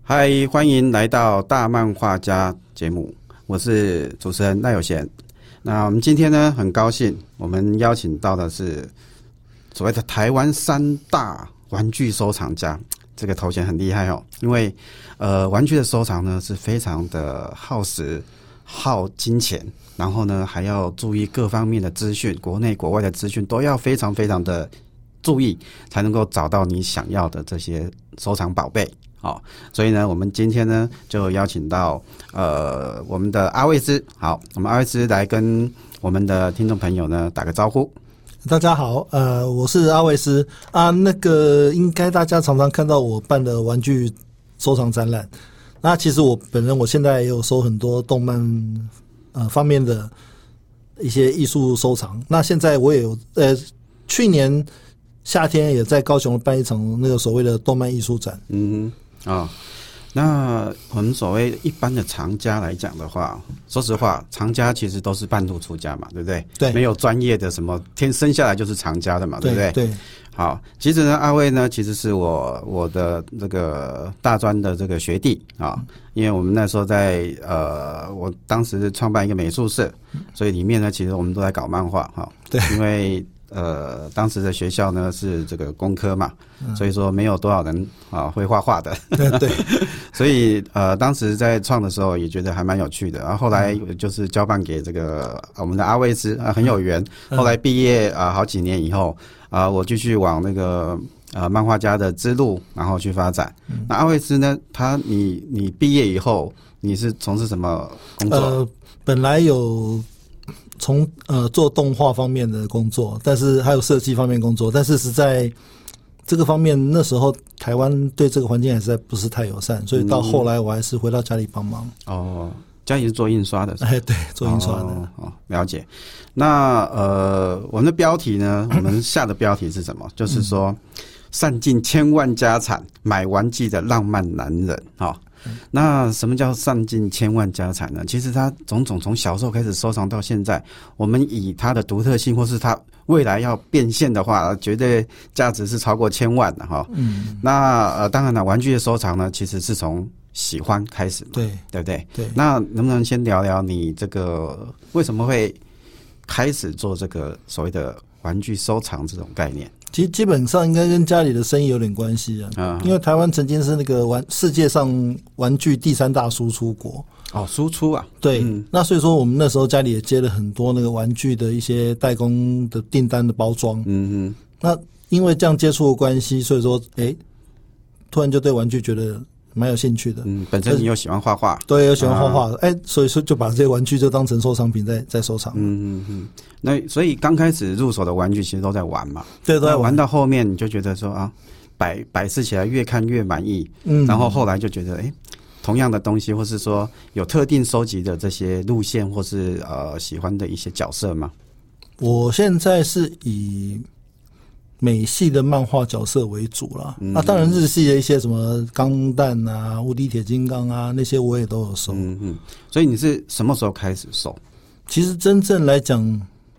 嗨，欢迎来到大漫画家节目，我是主持人赖有贤。那我们今天呢，很高兴我们邀请到的是所谓的台湾3大玩具收藏家，这个头衔很厉害哦。因为玩具的收藏呢是非常的耗时、耗金钱，然后呢还要注意各方面的资讯，国内国外的资讯都要非常非常的注意，才能够找到你想要的这些收藏宝贝。好，所以呢，我们今天呢就邀请到我们的阿卫斯。好，我们阿卫斯来跟我们的听众朋友呢打个招呼。 大家好，我是阿卫斯啊。应该大家常常看到我办的玩具收藏展览。那其实我本人我现在也有收很多动漫方面的一些艺术收藏。那现在我也有去年夏天也在高雄办一场那个所谓的动漫艺术展。 那我们所谓一般的藏家来讲的话，说实话，藏家其实都是半路出家嘛，对不对？ 对， 没有专业的什么天生下来就是藏家的嘛，对不对？ 对。 好，其实呢，阿卫呢其实是我的这个大专的这个学弟啊，因为我们那时候在我当时是创办一个美术社，所以里面呢其实我们都在搞漫画哈。 对， 因为当时的学校呢是这个工科嘛，所以说没有多少人会画画的。 对， 所以当时在创的时候也觉得还蛮有趣的。然后后来就是交办给这个我们的阿卫斯很有缘。后来毕业好几年以后我继续往那个漫画家的之路然后去发展。那阿卫斯呢，你毕业以后你是从事什么工作？ 本来有从做动画方面的工作，但是还有设计方面工作，但是实在这个方面那时候台湾对这个环境还实在不是太友善，所以到后来我还是回到家里帮忙。 家里是做印刷的。 对，做印刷的。 了解。那我们的标题呢，我们下的标题是什么？就是说散尽千万家产买玩具的浪漫男人。那什么叫散尽千万家产呢？其实他种种从小时候开始收藏到现在，我们以他的独特性或是他未来要变现的话，绝对价值是超过千万的哈。那当然了，玩具的收藏呢，其实是从喜欢开始嘛，对不对？ 对。 那能不能先聊聊你这个为什么会开始做这个所谓的玩具收藏这种概念？ 其实基本上应该跟家里的生意有点关系因为台湾曾经是那个世界上玩具第3大输出国。 输出啊。 对。那所以说我们那时候家里也接了很多那个玩具的一些代工的订单的包装。那因为这样接触的关系，所以说突然就对玩具觉得蛮有兴趣的。 本身你又喜欢画画。 对，又喜欢画画的。所以说就把这些玩具就当成收藏品在收藏。 那所以刚开始入手的玩具其实都在玩嘛。 对，都在玩到后面你就觉得说摆饰起来越看越满意。然后后来就觉得同样的东西，或是说有特定收集的这些路线，或是喜欢的一些角色吗？ 我现在是以美系的漫画角色为主啦。那当然日系的一些什么钢弹啊、无敌铁金刚啊，那些我也都有收。 所以你是什么时候开始收？ 其实真正来讲，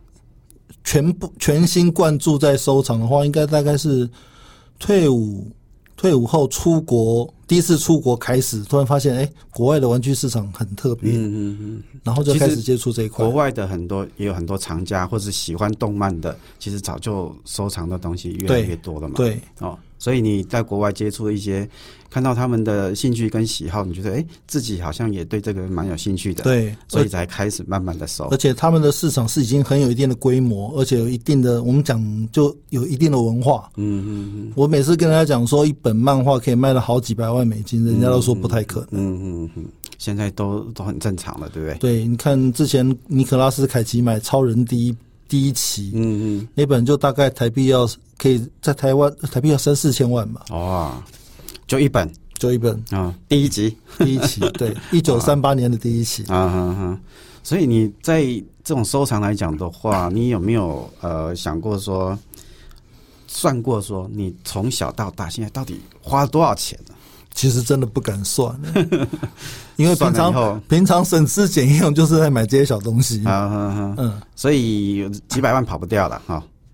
全心灌注在收藏的话，应该大概是退伍后出国，第一次出国开始，突然发现国外的玩具市场很特别。然后就开始接触这一块。 国外的也有很多藏家或是喜欢动漫的，其实早就收藏的东西越来越多了嘛。 对。 所以你在国外接触一些，看到他们的兴趣跟喜好，你觉得自己好像也对这个蛮有兴趣的。 对。 所以才开始慢慢的收。 而且他们的市场是已经很有一定的规模，而且有一定的，我们讲就有一定的文化。我每次跟人家讲说一本漫画可以卖了好几百万美金，人家都说不太可能。 现在都很正常了，对不对？ 对，你看之前尼可拉斯凯奇买超人第一期，那本就大概可以在台湾台币要3-4千万吧。 就一本第一期对，1938年的第一期。 所以你在这种收藏来讲的话，你有没有想过说算过说你从小到大现在到底花了多少钱呢？ 其实真的不敢算，因为平常省吃俭用就是在买这些小东西。 所以几百万跑不掉了哈。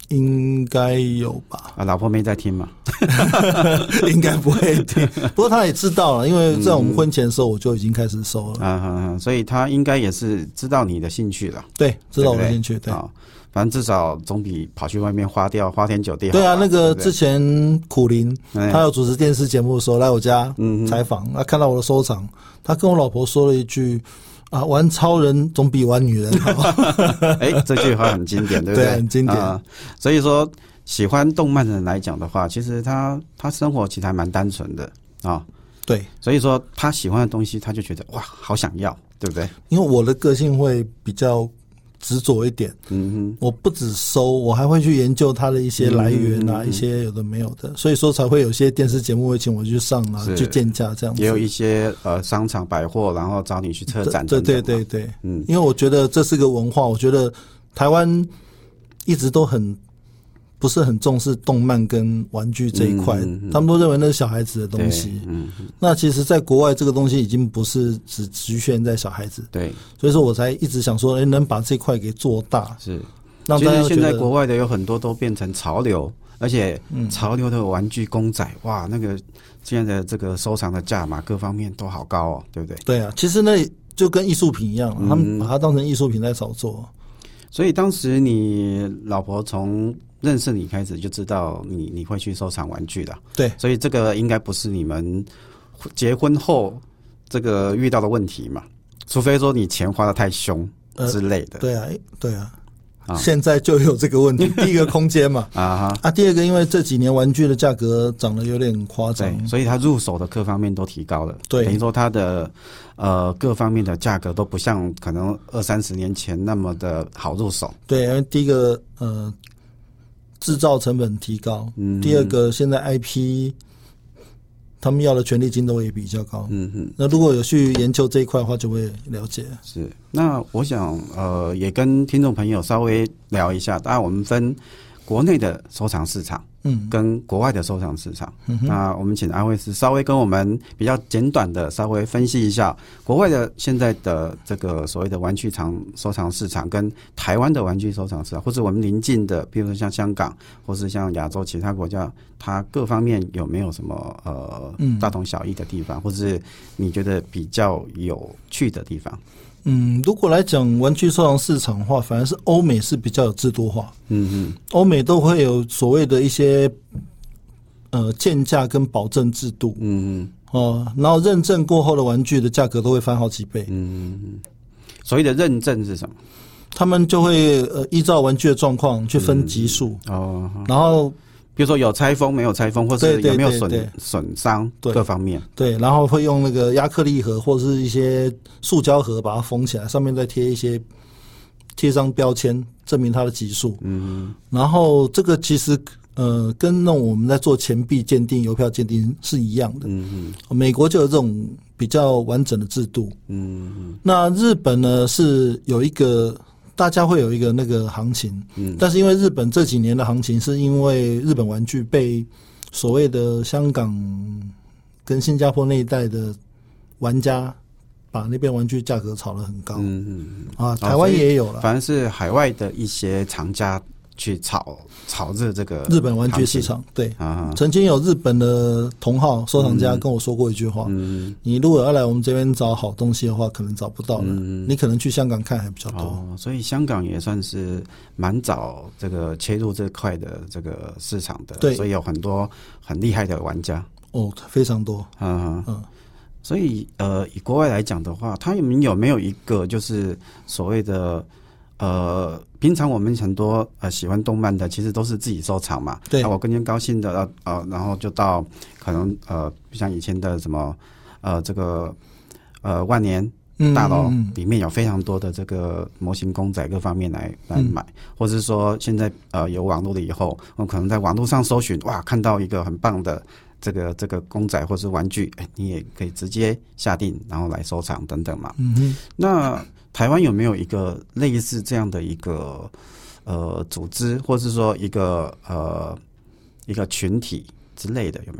应该有吧？ 老婆没在听嘛？ 应该不会听，不过他也知道了，因为在我们婚前的时候我就已经开始收了。 所以他应该也是知道你的兴趣了。 对，知道我的兴趣。对， 反正至少总比跑去外面花天酒地好。 对啊，那个之前苦苓他有主持电视节目的时候来我家采访，看到我的收藏，他跟我老婆说了一句。玩超人总比玩女人好。 这句话很经典，对不对？ 对，很经典。 所以说，喜欢动漫的人来讲的话，其实他生活其实还蛮单纯的啊。 对， 所以说他喜欢的东西，他就觉得哇，好想要，对不对？ 因为我的个性会比较执着一点，我不只收，我还会去研究它的一些来源一些有的没有的，所以说才会有些电视节目会请我去上去见价这样子。 也有一些商场百货，然后找你去策展等等。对，因为我觉得这是个文化，我觉得台湾一直都不是很重视动漫跟玩具这一块，他们都认为那是小孩子的东西。那其实在国外这个东西已经不是只局限在小孩子。 对， 所以说我才一直想说，能把这块给做大。 是，其实现在国外的有很多都变成潮流，而且潮流的玩具公仔，哇，那个现在的这个收藏的价码各方面都好高哦，对不对？ 对啊，其实那就跟艺术品一样，他们把它当成艺术品在炒作。 所以当时你老婆从认识你开始就知道你会去收藏玩具的。 对， 所以这个应该不是你们结婚后这个遇到的问题嘛，除非说你钱花得太凶之类的。 对啊，现在就有这个问题。第一个空间嘛，第二个因为这几年玩具的价格涨得有点夸张， 所以它入手的各方面都提高了。对，等于说它的各方面的价格都不像可能20-30年前那么的好入手。 对，因为第一个制造成本提高，第二个现在 IP 他们要的权利金都也比较高。那如果有去研究这一块的话，就会了解。 是，那我想也跟听众朋友稍微聊一下，当然我们分国内的收藏市场，跟国外的收藏市场。那我们请阿慧师稍微跟我们比较简短的稍微分析一下国外的现在的这个所谓的玩具收藏市场，跟台湾的玩具收藏市场，或者我们邻近的，比如说像香港，或是像亚洲其他国家，它各方面有没有什么大同小异的地方，或是你觉得比较有趣的地方？ 如果来讲玩具收藏市场的话，反而是欧美是比较有制度化。欧美都会有所谓的一些鉴价跟保证制度。然后认证过后的玩具的价格都会翻好几倍。 所谓的认证是什么？ 他们就会依照玩具的状况去分级数。然后比如说有拆封没有拆封，或是有没有损伤各方面。 对，然后会用那个亚克力盒或者是一些塑胶盒把它封起来，上面再贴上标签，证明它的级数。然后这个其实跟那种我们在做钱币鉴定、邮票鉴定是一样的。美国就有这种比较完整的制度。那日本呢是有一个。大家会有一个那个行情，但是因为日本这几年的行情是因为日本玩具被所谓的香港跟新加坡那一带的玩家把那边玩具价格炒得很高。台湾也有了， 反正是海外的一些厂家去炒热这个日本玩具市场。对，曾经有日本的同好收藏家跟我说过一句话：你如果要来我们这边找好东西的话，可能找不到了。你可能去香港看还比较多。 所以香港也算是蛮早这个切入这块的这个市场的。对，所以有很多很厉害的玩家。 非常多。 所以以国外来讲的话，他们有没有一个就是所谓的平常我们很多喜欢动漫的，其实都是自己收藏嘛。对，我今天高兴的然后就到可能像以前的什么这个万年大楼里面有非常多的这个模型公仔各方面来买，或者是说现在有网络了以后，我可能在网络上搜寻，哇，看到一个很棒的这个公仔或是玩具，你也可以直接下定然后来收藏等等嘛。那台湾有没有一个类似这样的一个组织，或是说一个群体之类的，有没有？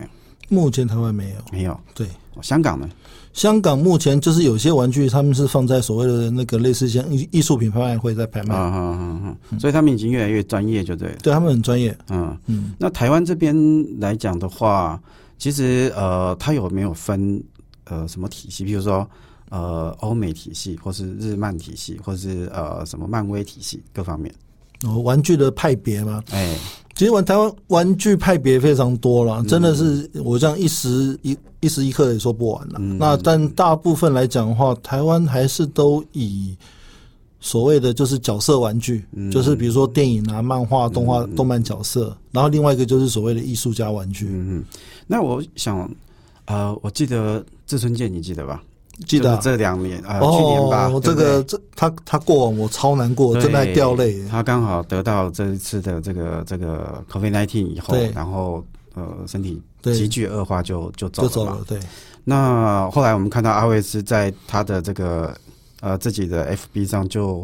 目前台湾没有。 没有。 对， 香港呢？ 香港目前就是有些玩具，他们是放在所谓的那个类似像艺术品拍卖会在拍卖， 所以他们已经越来越专业，就对了。 对，他们很专业。 那台湾这边来讲的话，其实它有没有分什么体系？比如说欧美体系，或是日漫体系，或是什么漫威体系各方面。 玩具的派别吗？其实台湾玩具派别非常多了，真的是我这样一时一刻也说不完了。那但大部分来讲的话，台湾还是都以所谓的就是角色玩具，就是比如说电影啊、漫画、动画、动漫角色，然后另外一个就是所谓的艺术家玩具。 那我想，我记得志村健，你记得吧？ 记得这2年去年吧， 这个他过往我超难过，真的还掉泪。 他刚好得到这一次的这个 COVID-19 以后，然后身体急剧恶化就走了嘛。对。那后来我们看到阿卫斯在他的这个自己的 FB 上就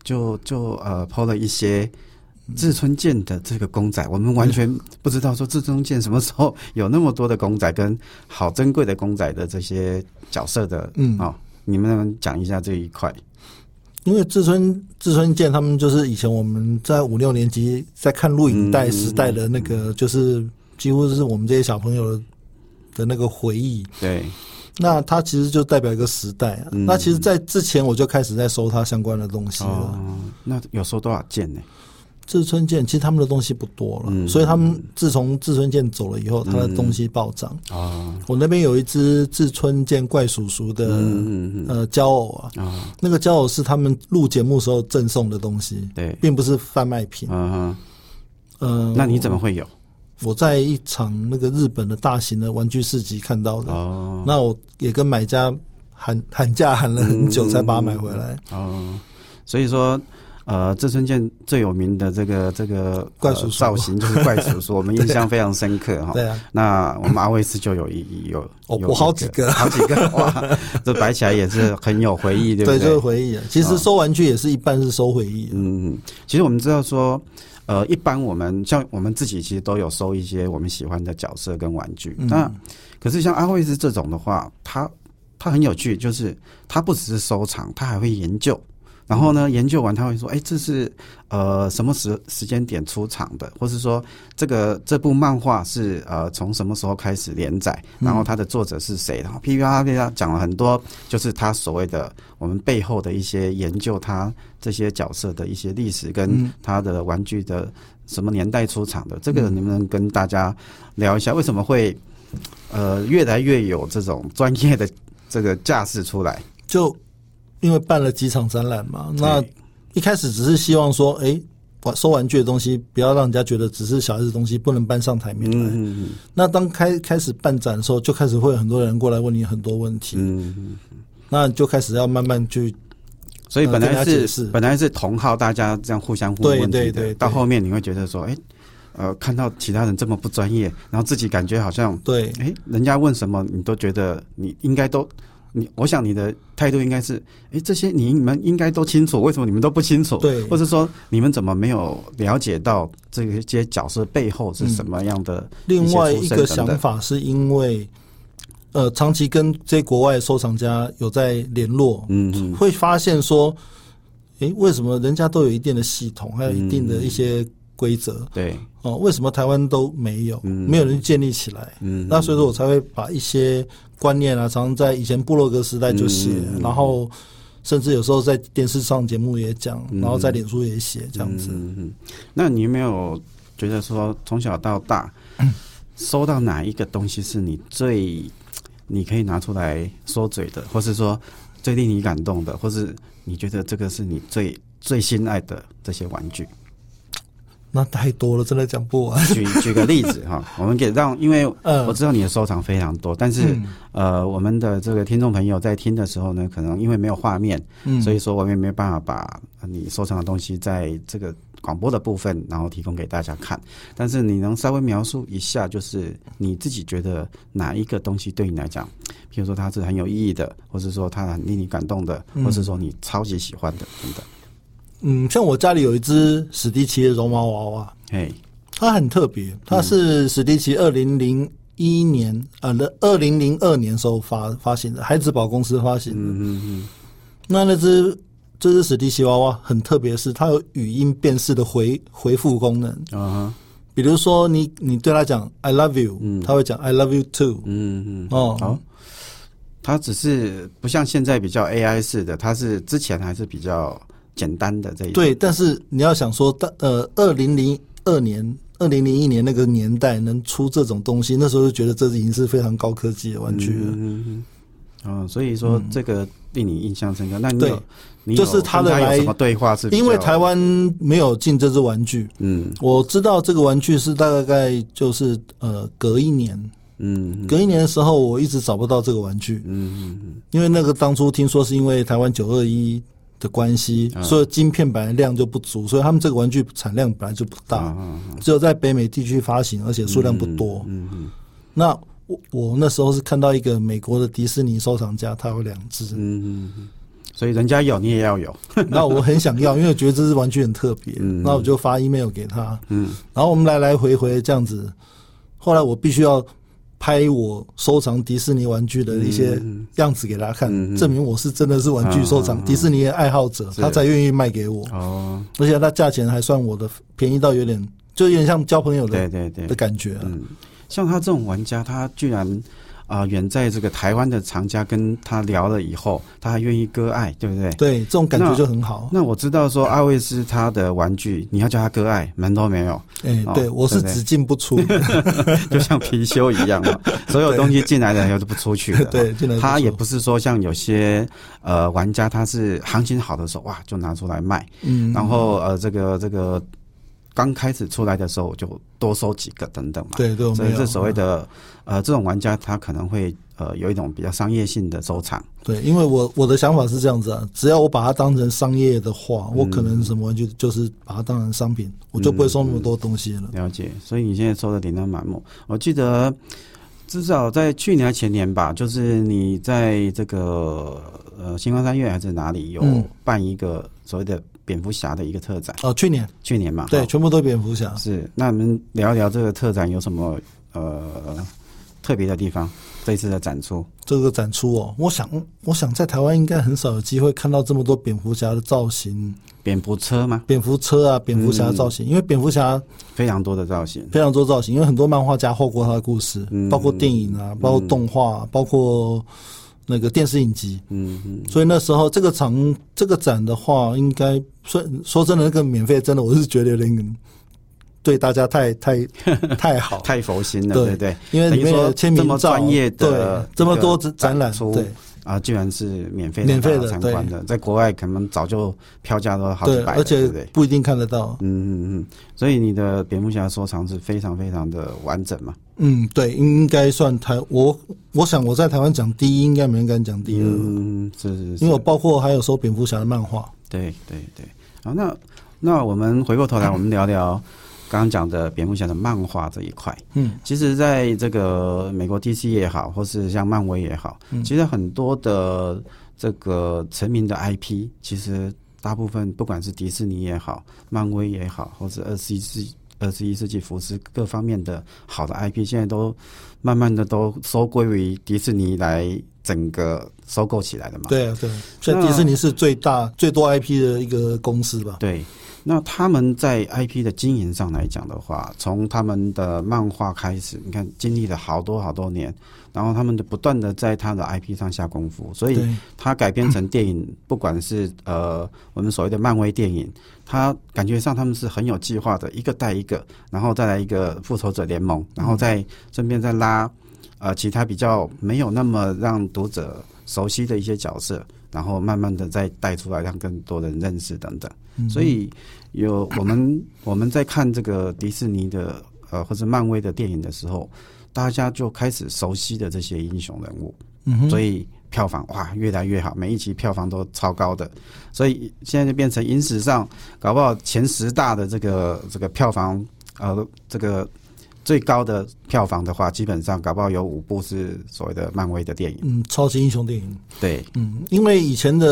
po 了一些志村健的这个公仔，我们完全不知道说志村健什么时候有那么多的公仔跟好珍贵的公仔的这些角色的。你们能讲一下这一块？ 因为志村健他们就是以前我们在5、6年级在看录影带时代的那个，就是几乎是我们这些小朋友的那个回忆。 对。 那它其实就代表一个时代啊。那其实在之前我就开始在收它相关的东西了。 那有收多少件呢？ 志村健其实他们的东西不多了，所以他们自从志村健走了以后，他的东西暴涨。我那边有一只志村健怪叔叔的胶偶啊，那个胶偶是他们录节目时候赠送的东西，对，并不是贩卖品。 那你怎么会有？ 我在一场那个日本的大型的玩具市集看到的。那我也跟买家喊价喊了很久才把它买回来。 所以说。志村健最有名的这个怪叔叔造型就是怪叔叔，我们印象非常深刻哈。 对啊。 那我们阿卫斯就有我好几个哇，这摆起来也是很有回忆，对不对？ 对，就是回忆。其实收玩具也是一半是收回忆。 其实我们知道说，一般我们像我们自己其实都有收一些我们喜欢的角色跟玩具。那可是像阿卫斯这种的话，他很有趣，就是他不只是收藏，他还会研究。然后呢，研究完他会说，这是什么时间点出场的，或是说这部漫画是从什么时候开始连载，然后它的作者是谁，然后噼啪啪讲了很多，就是他所谓的我们背后的一些研究，他这些角色的一些历史跟他的玩具的什么年代出场的，这个能不能跟大家聊一下，为什么会越来越有这种专业的这个架势出来？ 就因为办了几场展览嘛，那一开始只是希望说，收玩具的东西不要让人家觉得只是小孩子的东西，不能搬上台面来。那当开始办展的时候，就开始会有很多人过来问你很多问题。那就开始要慢慢去。 所以本来是同好，大家这样互相问问题的。对，到后面你会觉得说，看到其他人这么不专业，然后自己感觉好像对，人家问什么你都觉得你应该都。我想你的态度应该是，这些你们应该都清楚，为什么你们都不清楚？对，或者说你们怎么没有了解到这些角色背后是什么样的？ 另外一个想法是因为，长期跟这些国外收藏家有在联络，会发现说，为什么人家都有一定的系统，还有一定的一些规则？对，为什么台湾都没有？没有人建立起来？那所以说我才会把一些观念啊，常常在以前部落格时代就写，然后甚至有时候在电视上节目也讲，然后在脸书也写这样子。 那你有没有觉得说，从小到大，收到哪一个东西是你可以拿出来说嘴的，或是说最令你感动的，或是你觉得这个是你最心爱的这些玩具？ 那太多了，真的讲不完。 举个例子哈，我们因为我知道你的收藏非常多，但是我们的这个听众朋友在听的时候呢，可能因为没有画面，所以说我们也没有办法把你收藏的东西在这个广播的部分，然后提供给大家看。但是你能稍微描述一下，就是你自己觉得哪一个东西对你来讲，譬如说它是很有意义的，或是说它很令你感动的，或是说你超级喜欢的等等。 像我家里有一只史迪奇的绒毛娃娃，它很特别，它是史迪奇2001 年2002年时候发行的，孩之宝公司发行的。那这只史迪奇娃娃很特别，是它有语音辨识的回复功能。比如说你对他讲 I love you，他会讲 I love you too。 它只是不像现在比较 AI 式的，它是之前还是比较简单的这一种。 对，但是你要想说2001年那个年代能出这种东西，那时候就觉得这已经是非常高科技的玩具了。 所以说这个令你印象深刻。那你就是他的有什么对话是比较？ 因为台湾没有进这只玩具，我知道这个玩具是大概就是隔一年。隔一年的时候，我一直找不到这个玩具。因为那个当初听说是因为台湾921的关系，所以晶片本来量就不足，所以他们这个玩具产量本来就不大，只有在北美地区发行，而且数量不多。那我那时候是看到一个美国的迪士尼收藏家，他有2只。 所以人家有，你也要有。 那我很想要，因为我觉得这只玩具很特别。那我就发 email 给他。然后我们来回这样子。后来我必须要拍我收藏迪士尼玩具的一些样子给他看，证明我是真的是玩具收藏迪士尼的爱好者，他才愿意卖给我。而且他价钱还算我的便宜到有点像交朋友的的感觉。 像他这种玩家，他居然远在这个台湾的藏家跟他聊了以后，他还愿意割爱，对不对？ 对，这种感觉就很好。 那我知道说阿卫斯他的玩具，你要叫他割爱，门都没有。 对，我是只进不出， 就像貔貅一样嘛，所有东西进来的以后就不出去了。 对，进来不出。 他也不是说像有些玩家，他是行情好的时候哇就拿出来卖，然后这个刚开始出来的时候就多收几个等等嘛。 对， 所以这所谓的这种玩家他可能会有一种比较商业性的收藏。 对，因为我的想法是这样子啊，只要我把它当成商业的话，我可能什么玩具就是把它当成商品，我就不会收那么多东西了。 了解，所以你现在收的琳琅满目。我记得至少在去年还前年吧，就是你在这个星光三月还是哪里有办一个所谓的蝙蝠侠的一个特展。 去年嘛，对，全部都蝙蝠侠。 是，那我们聊一聊这个特展有什么特别的地方？这一次的展出， 这个展出我想在台湾应该很少有机会看到这么多蝙蝠侠的造型。 蝙蝠车吗？ 蝙蝠车啊，蝙蝠侠的造型，因为蝙蝠侠非常多的造型， 因为很多漫画家画过他的故事，包括电影啊，包括动画，包括那个电视影集。所以那时候这个展的话，应该说真的，那个免费真的我是觉得有点对大家太好， 太佛心了，对不对？ 因为里面有签名照， 这么专业的， 这么多展览，对。 居然是免费的参观的，在国外可能早就票价都好几百了， 而且不一定看得到。 所以你的蝙蝠侠收藏是非常非常的完整嘛？ 对，应该算我想我在台湾讲第一，应该没人敢讲第二。 是， 因为我包括还有收蝙蝠侠的漫画。 对。好，那我们回过头来，我们聊聊刚刚讲的蝙蝠侠的漫画这一块。其实在这个美国 DC 也好，或是像漫威也好，其实很多的这个成名的 IP， 其实大部分不管是迪士尼也好，漫威也好，或是21世纪福斯各方面的好的 IP， 现在都慢慢的都收归于迪士尼来整个收购起来的嘛。对， 现在迪士尼是最多 IP 的一个公司吧。 对。那他们在 IP 的经营上来讲的话，从他们的漫画开始，你看经历了好多年，然后他们不断的在他的 IP 上下功夫，所以他改编成电影，不管是我们所谓的漫威电影，他感觉上他们是很有计划的，一个带一个，然后再来一个复仇者联盟，然后再顺便再拉其他比较没有那么让读者熟悉的一些角色，然后慢慢的再带出来，让更多人认识等等。所以我们在看这个迪士尼的或者漫威的电影的时候，大家就开始熟悉的这些英雄人物，所以票房哇越来越好，每一集票房都超高的，所以现在就变成影史上搞不好前10大的这个票房这个最高的票房的话，基本上搞不好有5部是所谓的漫威的电影， 超级英雄电影。 对， 因为以前的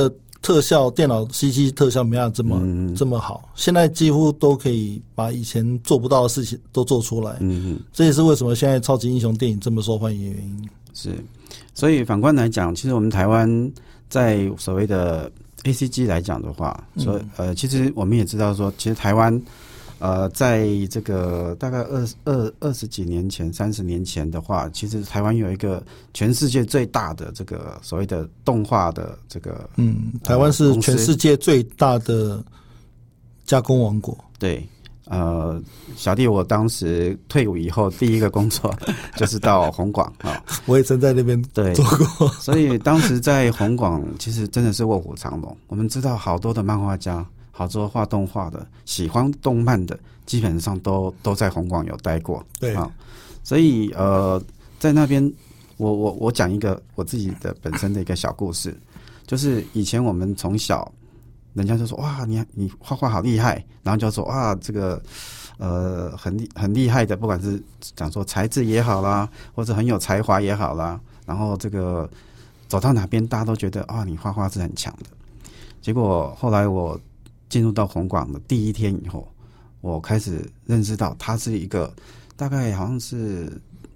特效电脑 CG 特效没办法这么好，现在几乎都可以把以前做不到的事情都做出来。这也是为什么现在超级英雄电影这么受欢迎的原因。 是，所以反观来讲，其实我们台湾在所谓的 ACG 来讲的话，其实我们也知道说，其实台湾在这个大概20几年前、30年前的话，其实台湾有一个全世界最大的这个所谓的动画的这个， 台湾是全世界最大的加工王国。 对，小弟我当时退伍以后，第一个工作就是到宏广啊， 我也曾在那边做过。 所以当时在宏广，其实真的是卧虎藏龙。我们知道好多的漫画家。好多画动画的、喜欢动漫的，基本上都在宏广有待过。 对啊， 所以在那边，我讲一个我自己的本身的一个小故事，就是以前我们从小，人家就说哇，你画画好厉害，然后就说哇，这个很厉害的，不管是讲说才智也好啦，或者很有才华也好啦，然后这个走到哪边，大家都觉得啊，你画画是很强的。结果后来我进入到宏广的第一天以后，我开始认识到它是一个大概好像是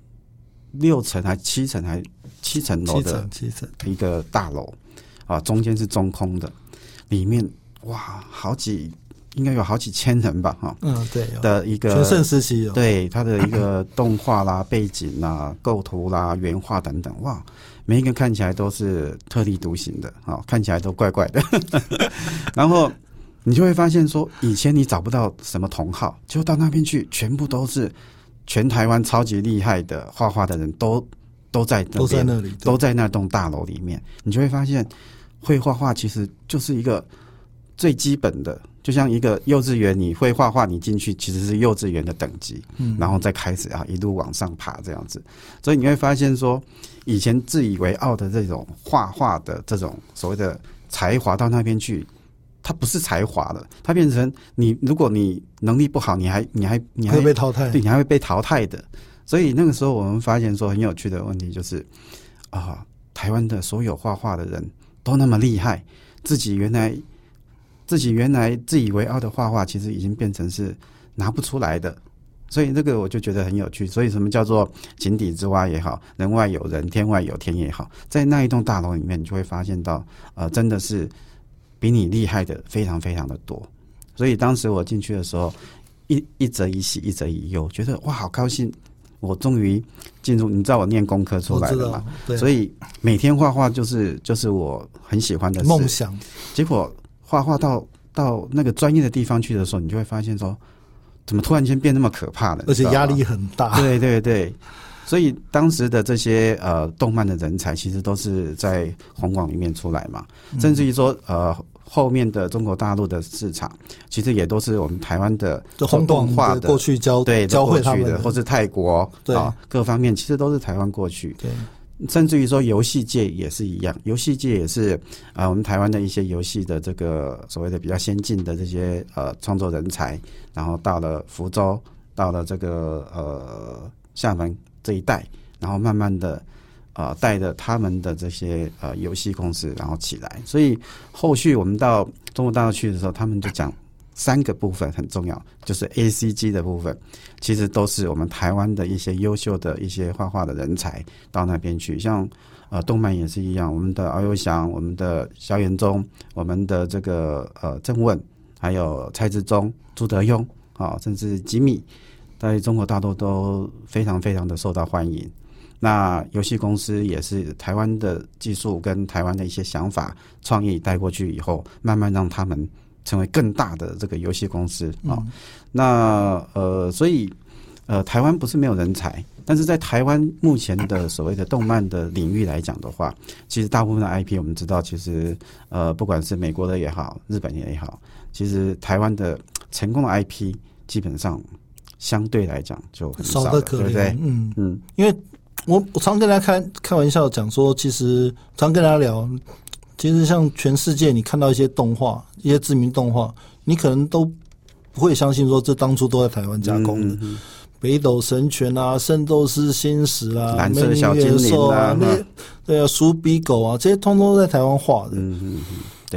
6层还7层还7层楼的一个大楼啊，中间是中空的，里面哇应该有好几千人吧哈， 对的一个全盛时期有， 对它的一个动画啦、背景啦、构图啦、原画等等，哇，每一个看起来都是特立独行的啊，看起来都怪怪的，然后。你就会发现说，以前你找不到什么同好，就到那边去，全部都是全台湾超级厉害的画画的人都在那里，都在那栋大楼里面。你就会发现，会画画其实就是一个最基本的，就像一个幼稚园，你会画画，你进去其实是幼稚园的等级，然后再开始一路往上爬这样子。所以你会发现说，以前自以为傲的这种画画的这种所谓的才华，到那边去。它不是才华了，它变成你，如果你能力不好，你还会被淘汰， 对，你还会被淘汰的。所以那个时候我们发现说很有趣的问题就是台湾的所有画画的人都那么厉害，自己原来自以为傲的画画，其实已经变成是拿不出来的。所以这个我就觉得很有趣。所以什么叫做井底之蛙也好，人外有人，天外有天也好，在那一栋大楼里面，你就会发现到真的是。比你厉害的非常非常的多，所以当时我进去的时候，一则以喜，一则以忧，觉得哇，好高兴，我终于进入。你知道我念工科出来的嘛？所以每天画画就是我很喜欢的事梦想。 结果画画到那个专业的地方去的时候，你就会发现说，怎么突然间变那么可怕了？ 而且压力很大。 对对对。所以当时的这些动漫的人才，其实都是在宏广里面出来嘛，甚至于说后面的中国大陆的市场，其实也都是我们台湾的动画的过去教会他们的， 或是泰国各方面，其实都是台湾过去。 对， 甚至于说游戏界也是一样，游戏界也是我们台湾的一些游戏的这个所谓的比较先进的这些创作人才，然后到了福州，到了这个厦门这一带，然后慢慢的带着他们的这些游戏公司然后起来。所以后续我们到中国大陆去的时候，他们就讲3个部分很重要，就是 ACG 的部分，其实都是我们台湾的一些优秀的一些画画的人才到那边去。像动漫也是一样，我们的敖幼祥，我们的萧元忠，我们的这个郑问，还有蔡志忠、朱德庸甚至吉米，在中国大陆都非常非常的受到欢迎。那游戏公司也是台湾的技术跟台湾的一些想法创意带过去以后，慢慢让他们成为更大的这个游戏公司那所以台湾不是没有人才，但是在台湾目前的所谓的动漫的领域来讲的话，其实大部分的 IP 我们知道，其实不管是美国的也好，日本也好，其实台湾的成功的 IP 基本上相对来讲就很少了， 可怜， 对不对？ 因为我常跟大家开玩笑讲说，其实常跟大家聊，其实像全世界你看到一些动画，一些知名动画，你可能都不会相信说这当初都在台湾加工的。北斗神拳啊，圣斗士星矢啊， 蓝色小精灵啊， 对啊，鼠比狗啊，这些通通都在台湾画的。 对。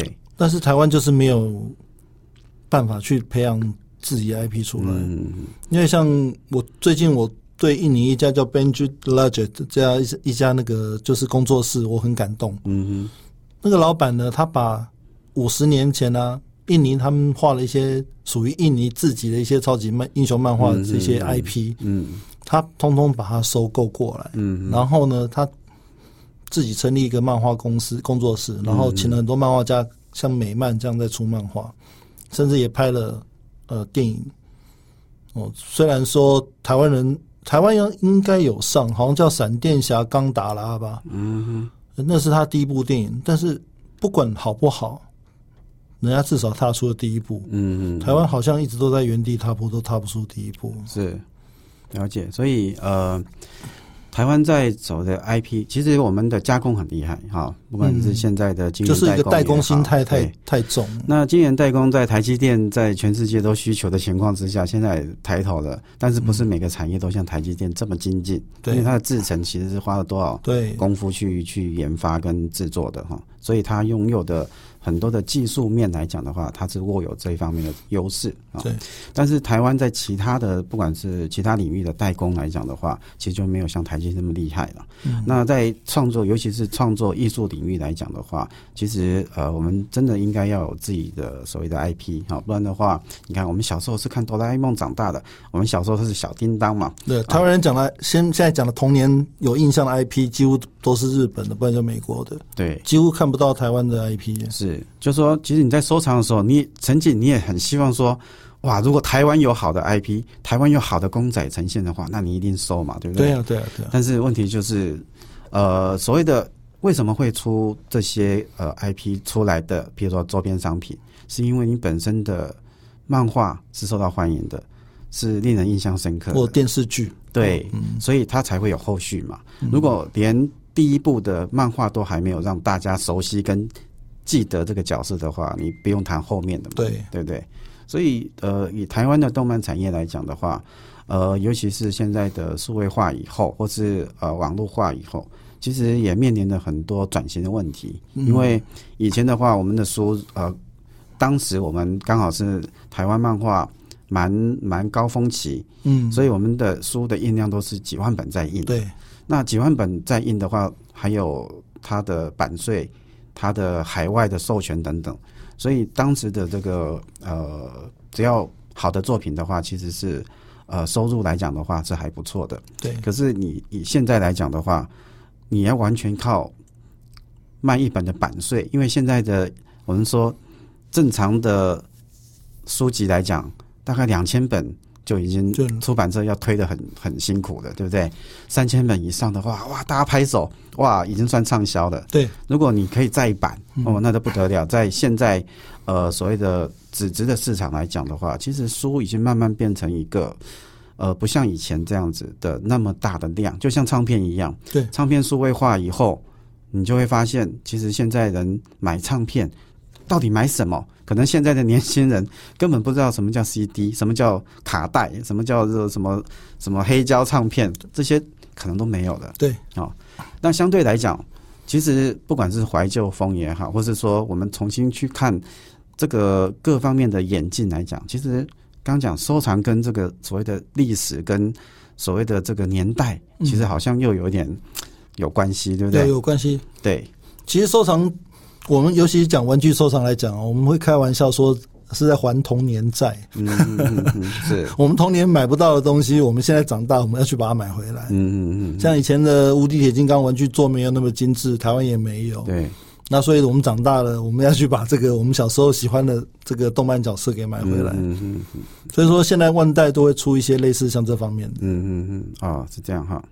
但是台湾就是没有办法去培养自己的 IP 出来，因为像最近我对印尼一家叫 Benji Logic 这样一家那个就是工作室，我很感动。那个老板呢，他把50年前啊，印尼他们画了一些属于印尼自己的一些超级英雄漫画的这些 IP，他通通把它收购过来，然后呢，他自己成立一个漫画公司工作室，然后请了很多漫画家，像美漫这样在出漫画，甚至也拍了电影。虽然说台湾应该有上，好像叫《闪电侠刚达拉》吧，那是他第一部电影，但是不管好不好，人家至少踏出了第一步。台湾好像一直都在原地踏步，都踏不出第一步。 是，了解。所以台湾在走的 IP， 其实我们的加工很厉害哈，不管是现在的晶圆代工， 就是一个代工心态太重。 那晶圆代工在台积电在全世界都需求的情况之下，现在抬头了，但是不是每个产业都像台积电这么精进，因为它的制程其实是花了多少功夫去研发跟制作的哈，所以它拥有的很多的技术面来讲的话，它是握有这一方面的优势啊。对，但是台湾在其他的不管是其他领域的代工来讲的话，其实就没有像台积电那么厉害了。那在创作，尤其是创作艺术领域来讲的话，其实我们真的应该要有自己的所谓的 IP 哈，不然的话，你看我们小时候是看哆啦 A 梦长大的，我们小时候是小叮当嘛。 对，台湾人讲的现在讲的童年有印象的 IP， 几乎都是日本的，不然就美国的。 对， 几乎看不到台湾的 IP。 是，就是说，其实你在收藏的时候，曾经你也很希望说，哇，如果台湾有好的 IP， 台湾有好的公仔呈现的话，那你一定收嘛，对不对？ 对啊。 但是问题就是，所谓的为什么会出这些IP 出来的，比如说周边商品，是因为你本身的漫画是受到欢迎的，是令人印象深刻的， 或电视剧， 对，所以它才会有后续嘛。如果连第一部的漫画都还没有让大家熟悉跟记得这个角色的话，你不用谈后面的嘛，对不对？所以以台湾的动漫产业来讲的话，尤其是现在的数位化以后，或是网络化以后，其实也面临了很多转型的问题。因为以前的话，我们的书当时我们刚好是台湾漫画蛮高峰期，所以我们的书的印量都是几万本在印。 对，那几万本在印的话，还有它的版税、它的海外的授权等等，所以当时的这个只要好的作品的话，其实是收入来讲的话是还不错的。 对， 可是你以现在来讲的话，你要完全靠卖一本的版税，因为现在的我们说正常的书籍来讲，大概2000本就已经出版社要推得很辛苦了，对不对？3000本以上的话，哇，大家拍手，哇，已经算畅销了。 对， 如果你可以再版，那就不得了。在现在所谓的纸质的市场来讲的话，其实书已经慢慢变成一个不像以前这样子的那么大的量，就像唱片一样。 对， 唱片数位化以后，你就会发现，其实现在人买唱片到底买什么？可能现在的年轻人根本不知道什么叫 CD， 什么叫卡带，什么叫什么黑胶唱片，这些可能都没有的。 对， 那相对来讲，其实不管是怀旧风也好，或是说我们重新去看这个各方面的演进来讲，其实刚讲收藏跟这个所谓的历史跟所谓的这个年代，其实好像又有点有关系，对不对？ 对，有关系。 对， 其实收藏，我们尤其讲玩具收藏来讲，我们会开玩笑说是在还童年债。 是我们童年买不到的东西，我们现在长大我们要去把它买回来。像以前的无敌铁金刚玩具做没有那么精致，台湾也没有。 对， 那所以我们长大了，我们要去把这个我们小时候喜欢的这个动漫角色给买回来。所以说现在万代都会出一些类似像这方面的。 是这样哈。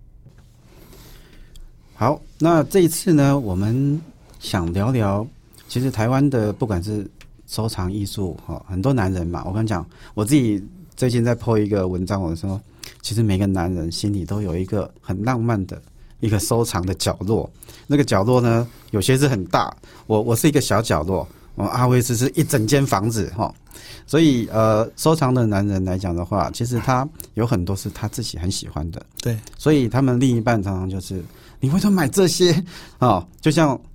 好，那这一次呢，我们想聊聊，其实台湾的不管是收藏艺术很多男人嘛，我跟你讲，我自己最近在 po 一个文章，我说其实每个男人心里都有一个很浪漫的一个收藏的角落，那个角落呢，有些是很大，我是一个小角落，阿威斯是一整间房子所以收藏的男人来讲的话，其实他有很多是他自己很喜欢的。 对， 所以他们另一半常常就是你为什么买这些就像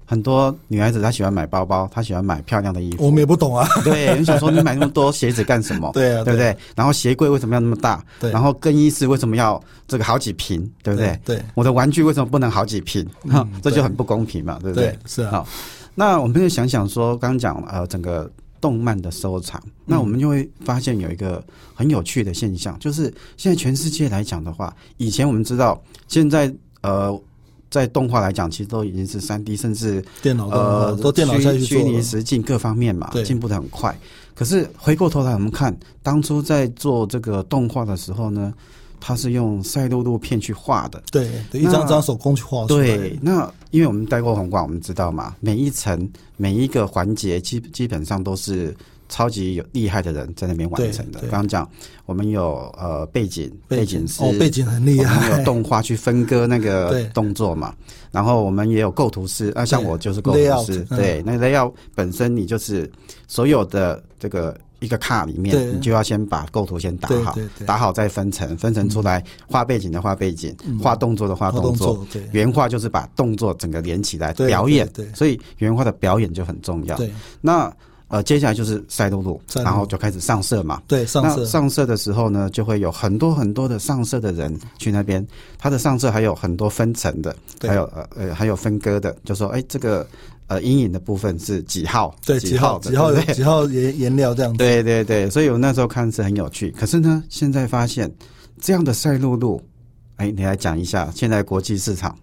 很多女孩子她喜欢买包包，她喜欢买漂亮的衣服。 我们也不懂啊。 对，你想说你买那么多鞋子干什么？ 对啊， 对不对？然后鞋柜为什么要那么大？ 对。然后更衣室为什么要这个好几坪？对不对？ 对。 我的玩具为什么不能好几坪？这就很不公平嘛，对不对？ 对，是啊。 好，那我们就想想说，刚刚讲整个动漫的收藏，那我们就会发现有一个很有趣的现象，就是现在全世界来讲的话，以前我们知道，现在在动画来讲，其实都已经是3D， 甚至电脑都电脑下去做虚拟实境各方面嘛，进步得很快。可是回过头来，我们看当初在做这个动画的时候呢，它是用赛璐璐片去画的， 对，一张张手工去画出来。 对，那因为我们待过红馆，我们知道嘛，每一层每一个环节基本上都是超级有厉害的人在那边完成的。刚刚讲我们有背景师， 背景很厉害， 我们有动画去分割那个动作嘛，然后我们也有构图师，像我就是构图师，对，那 layout 本身你就是所有的这个一个卡里面，你就要先把构图先打好，打好再分层出来，画背景的画背景，画动作的画动作，原画就是把动作整个连起来表演，所以原画的表演就很重要。那接下来就是赛璐璐，然后就开始上色嘛。对，上色的时候呢，就会有很多很多的上色的人去那边，他的上色还有很多分层的，还有分割的，就说这个阴影的部分是几号？对，几号颜料这样子。 对对对，所以我那时候看是很有趣。可是呢，现在发现这样的赛璐璐，你来讲一下现在国际市场。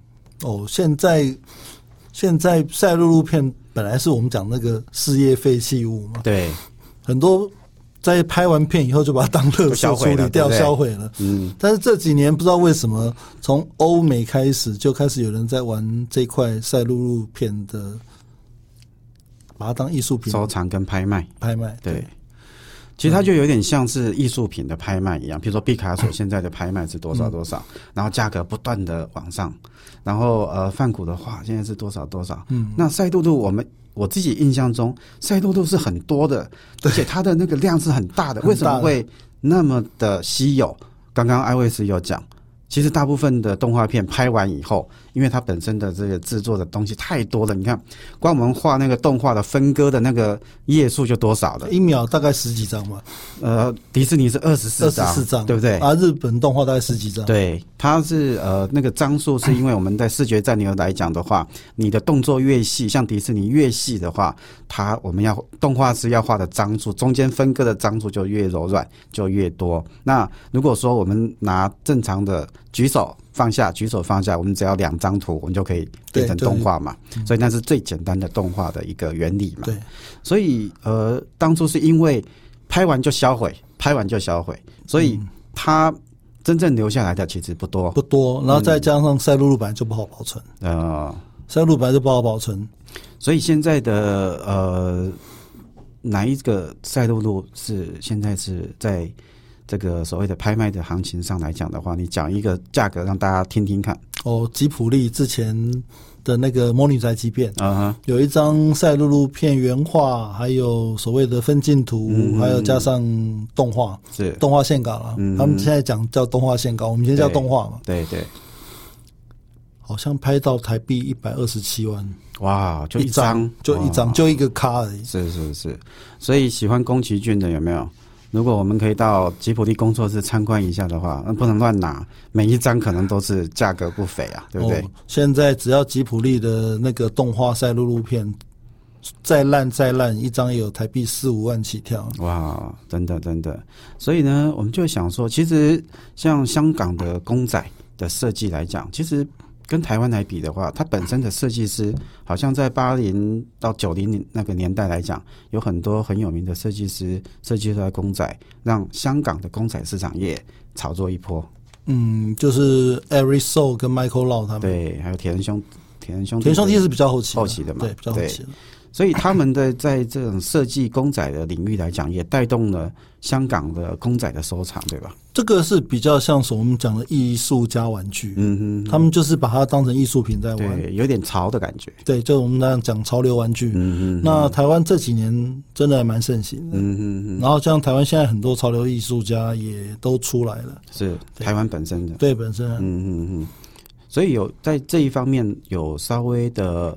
现在赛璐璐片本来是我们讲那个事业废弃物嘛， 对， 很多在拍完片以后就把它当垃圾处理掉，销毁了。但是这几年不知道为什么，从欧美开始就开始有人在玩这块赛璐璐片的，把它当艺术品收藏跟拍卖。 对。 其实它就有点像是艺术品的拍卖一样，比如说毕卡索现在的拍卖是多少多少，然后价格不断的往上，然后梵谷的画现在是多少多少。那赛璐璐我自己印象中，赛璐璐是很多的，而且它的那个量是很大的，为什么会那么的稀有？刚刚艾卫斯有讲，其实大部分的动画片拍完以后，因为它本身的这个制作的东西太多了，你看光我们画那个动画的分割的那个页数就多少了 ，1秒大概10几张嘛。 迪士尼是24张，对不对？ 日本动画大概10几张。 对，它是那个张数是因为我们在视觉暂留来讲的话，你的动作越细，像迪士尼越细的话，我们要动画师要画的张数，中间分割的张数就越柔软，就越多。那如果说我们拿正常的举手放下，我们只要2张图，我们就可以变成动画嘛。所以那是最简单的动画的一个原理嘛。对，所以当初是因为拍完就销毁，所以它真正留下来的其实不多， 然后再加上赛璐璐本来就不好保存，赛璐璐本来就不好保存， 所以现在的哪一个赛璐璐是现在是在这个所谓的拍卖的行情上来讲的话，你讲一个价格让大家听听看。 吉普力之前的那个魔女宅急便，有一张赛璐璐片原画，还有所谓的分镜图，还有加上动画，是动画线稿了。他们现在讲叫动画线稿，我们现在叫动画嘛。 对对， 好像拍到台币127万。 哇，就一张， 就一个卡而已。 是，所以喜欢宫崎骏的有没有？如果我们可以到吉普力工作室参观一下的话，不能乱拿，每一张可能都是价格不菲啊，对不对？ 现在只要吉普力的那个动画赛璐璐片再烂，一张也有台币4-5万起跳。哇， 真的。所以呢，我们就想说，其实像香港的公仔的设计来讲，其实跟台湾来比的话，它本身的设计师好像在80到90那个年代来讲，有很多很有名的设计师设计出来公仔，让香港的公仔市场业炒作一波。 就是 Eric So 跟 Michael Lau 他们， 对，还有铁人兄弟是比较后期的嘛， 对，比较后期的。 所以他们的在这种设计公仔的领域来讲，也带动了香港的公仔的收藏，对吧？ 这个是比较像是我们讲的艺术家玩具，他们就是把它当成艺术品在玩， 对，有点潮的感觉。 对，就我们那样讲潮流玩具。那台湾这几年真的还蛮盛行的。然后像台湾现在很多潮流艺术家也都出来了， 是台湾本身的， 对本身。 所以有在这一方面有稍微的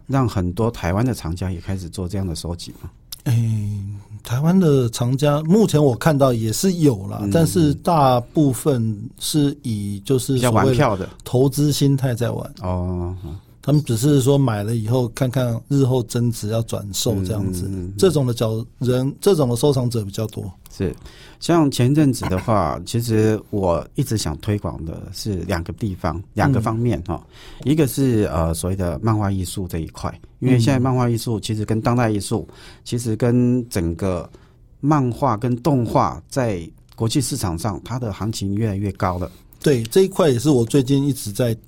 让很多台湾的厂家也开始做这样的收集吗？ 台湾的厂家目前我看到也是有啦，但是大部分是以就是比较玩票的投资心态在玩哦。 他们只是说买了以后看看日后增值要转售这样子，这种的这种的收藏者比较多。 是，像前阵子的话，其实我一直想推广的是两个方面哈。一个是所谓的漫画艺术这一块，因为现在漫画艺术其实跟当代艺术，其实跟整个漫画跟动画在国际市场上，它的行情越来越高了。 对，这一块也是我最近一直在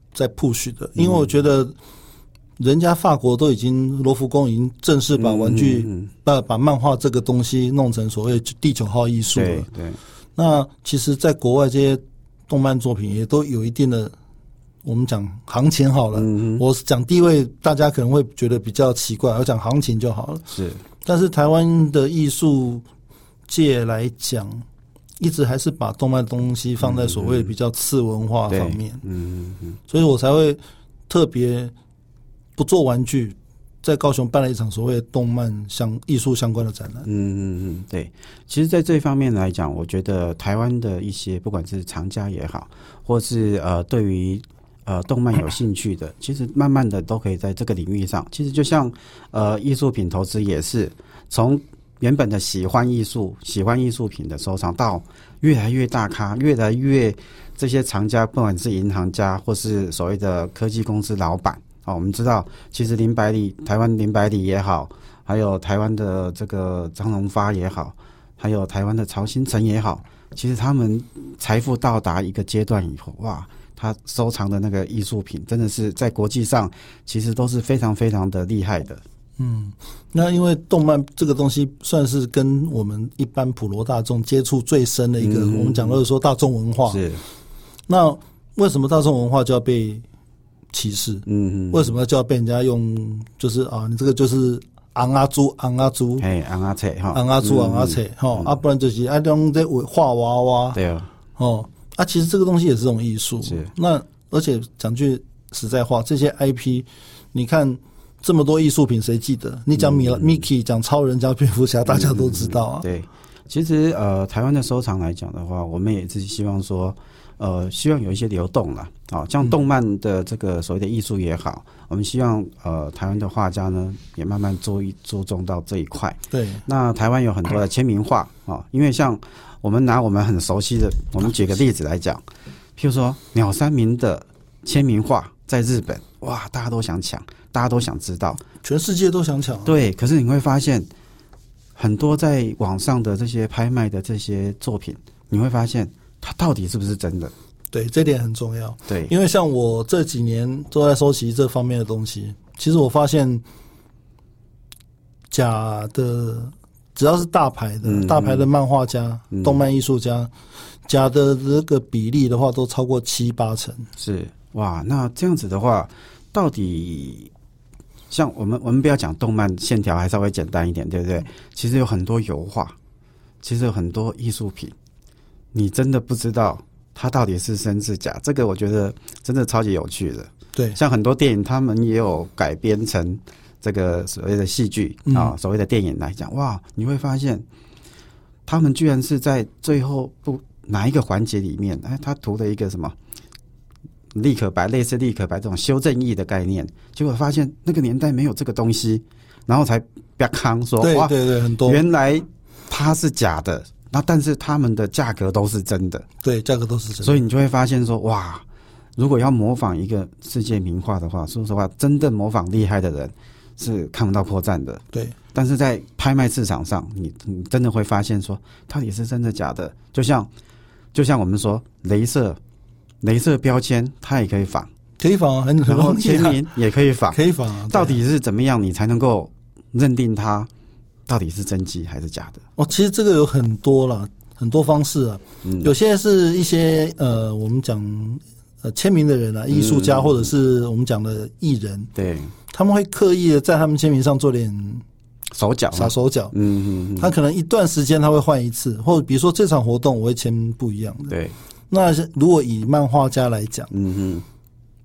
push 的，因为我觉得人家法国都已经罗浮宫已经正式把玩具把漫画这个东西弄成所谓第9号艺术了。 对， 那其实在国外这些动漫作品也都有一定的，我们讲行情好了，我讲地位大家可能会觉得比较奇怪，我讲行情就好了。 是，但是台湾的艺术界来讲，一直还是把动漫东西放在所谓比较次文化方面，所以我才会特别不做玩具，在高雄办了一场所谓动漫艺术相关的展览。 对，其实在这一方面来讲，我觉得台湾的一些不管是厂家也好，或是对于动漫有兴趣的，其实慢慢的都可以在这个领域上，其实就像艺术品投资也是从原本的喜欢艺术品的收藏，到越来越大咖，越来越这些藏家，不管是银行家或是所谓的科技公司老板，我们知道，其实台湾林百里也好，还有台湾的这个张荣发也好，还有台湾的曹兴诚也好，其实他们财富到达一个阶段以后，哇，他收藏的那个艺术品，真的是在国际上其实都是非常非常的厉害的。 那因为动漫这个东西算是跟我们一般普罗大众接触最深的一个，我们讲的是说大众文化。 是， 那为什么大众文化就要被歧视？为什么就要被人家用？就是你这个就是昂啊猪，昂啊猪， 昂啊切哈， 昂啊猪，昂啊切哈，不然就是用在画娃娃。 对啊， 其实这个东西也是种艺术。 是， 那而且讲句实在话，这些 IP， 你看。这么多艺术品谁记得？你讲Mickey 讲超人讲蝙蝠侠大家都知道啊。 对，其实台湾的收藏来讲的话，我们也是希望说希望有一些流动啦，像动漫的这个所谓的艺术也好，我们希望台湾的画家呢也慢慢注重到这一块。 对， 那台湾有很多的签名画因为像我们拿我们很熟悉的，我们举个例子来讲，譬如说鸟山明的签名画在日本，哇，大家都想抢。大家都想知道， 全世界都想抢。 对，可是你会发现，很多在网上的这些拍卖的这些作品，你会发现它到底是不是真的？ 对，这点很重要。 对， 因为像我这几年都在收集这方面的东西，其实我发现假的，只要是大牌的漫画家、动漫艺术家，假的这个比例的话，都超过7-8成。是， 哇，那这样子的话，到底？像我们不要讲动漫线条还稍微简单一点，对不对？其实有很多油画，其实有很多艺术品，你真的不知道它到底是真是假。这个我觉得真的超级有趣的。 对， 像很多电影，他们也有改编成这个所谓的戏剧所谓的电影来讲，哇，你会发现他们居然是在最后哪一个环节里面，他涂了一个什么？立可白，类似立可白这种修正液的概念，结果发现那个年代没有这个东西，然后才啪康说， 对对对，很多原来它是假的，那但是他们的价格都是真的， 对，价格都是真的， 所以你就会发现说，哇，如果要模仿一个世界名画的话，说实话，真正模仿厉害的人是看不到破绽的， 对。 但是在拍卖市场上，你真的会发现说，到底是真的假的，就像我们说，雷射标签它也可以仿， 可以仿，很然后签名也可以仿， 可以仿， 到底是怎么样你才能够认定它到底是真迹还是假的？ 其实这个有很多啦，很多方式啊，有些是一些我们讲签名的人啊，艺术家或者是我们讲的艺人， 对， 他们会刻意的在他们签名上做点手脚， 小手脚，他可能一段时间他会换一次，或者比如说这场活动我会签不一样的， 对。 那如果以漫画家来讲，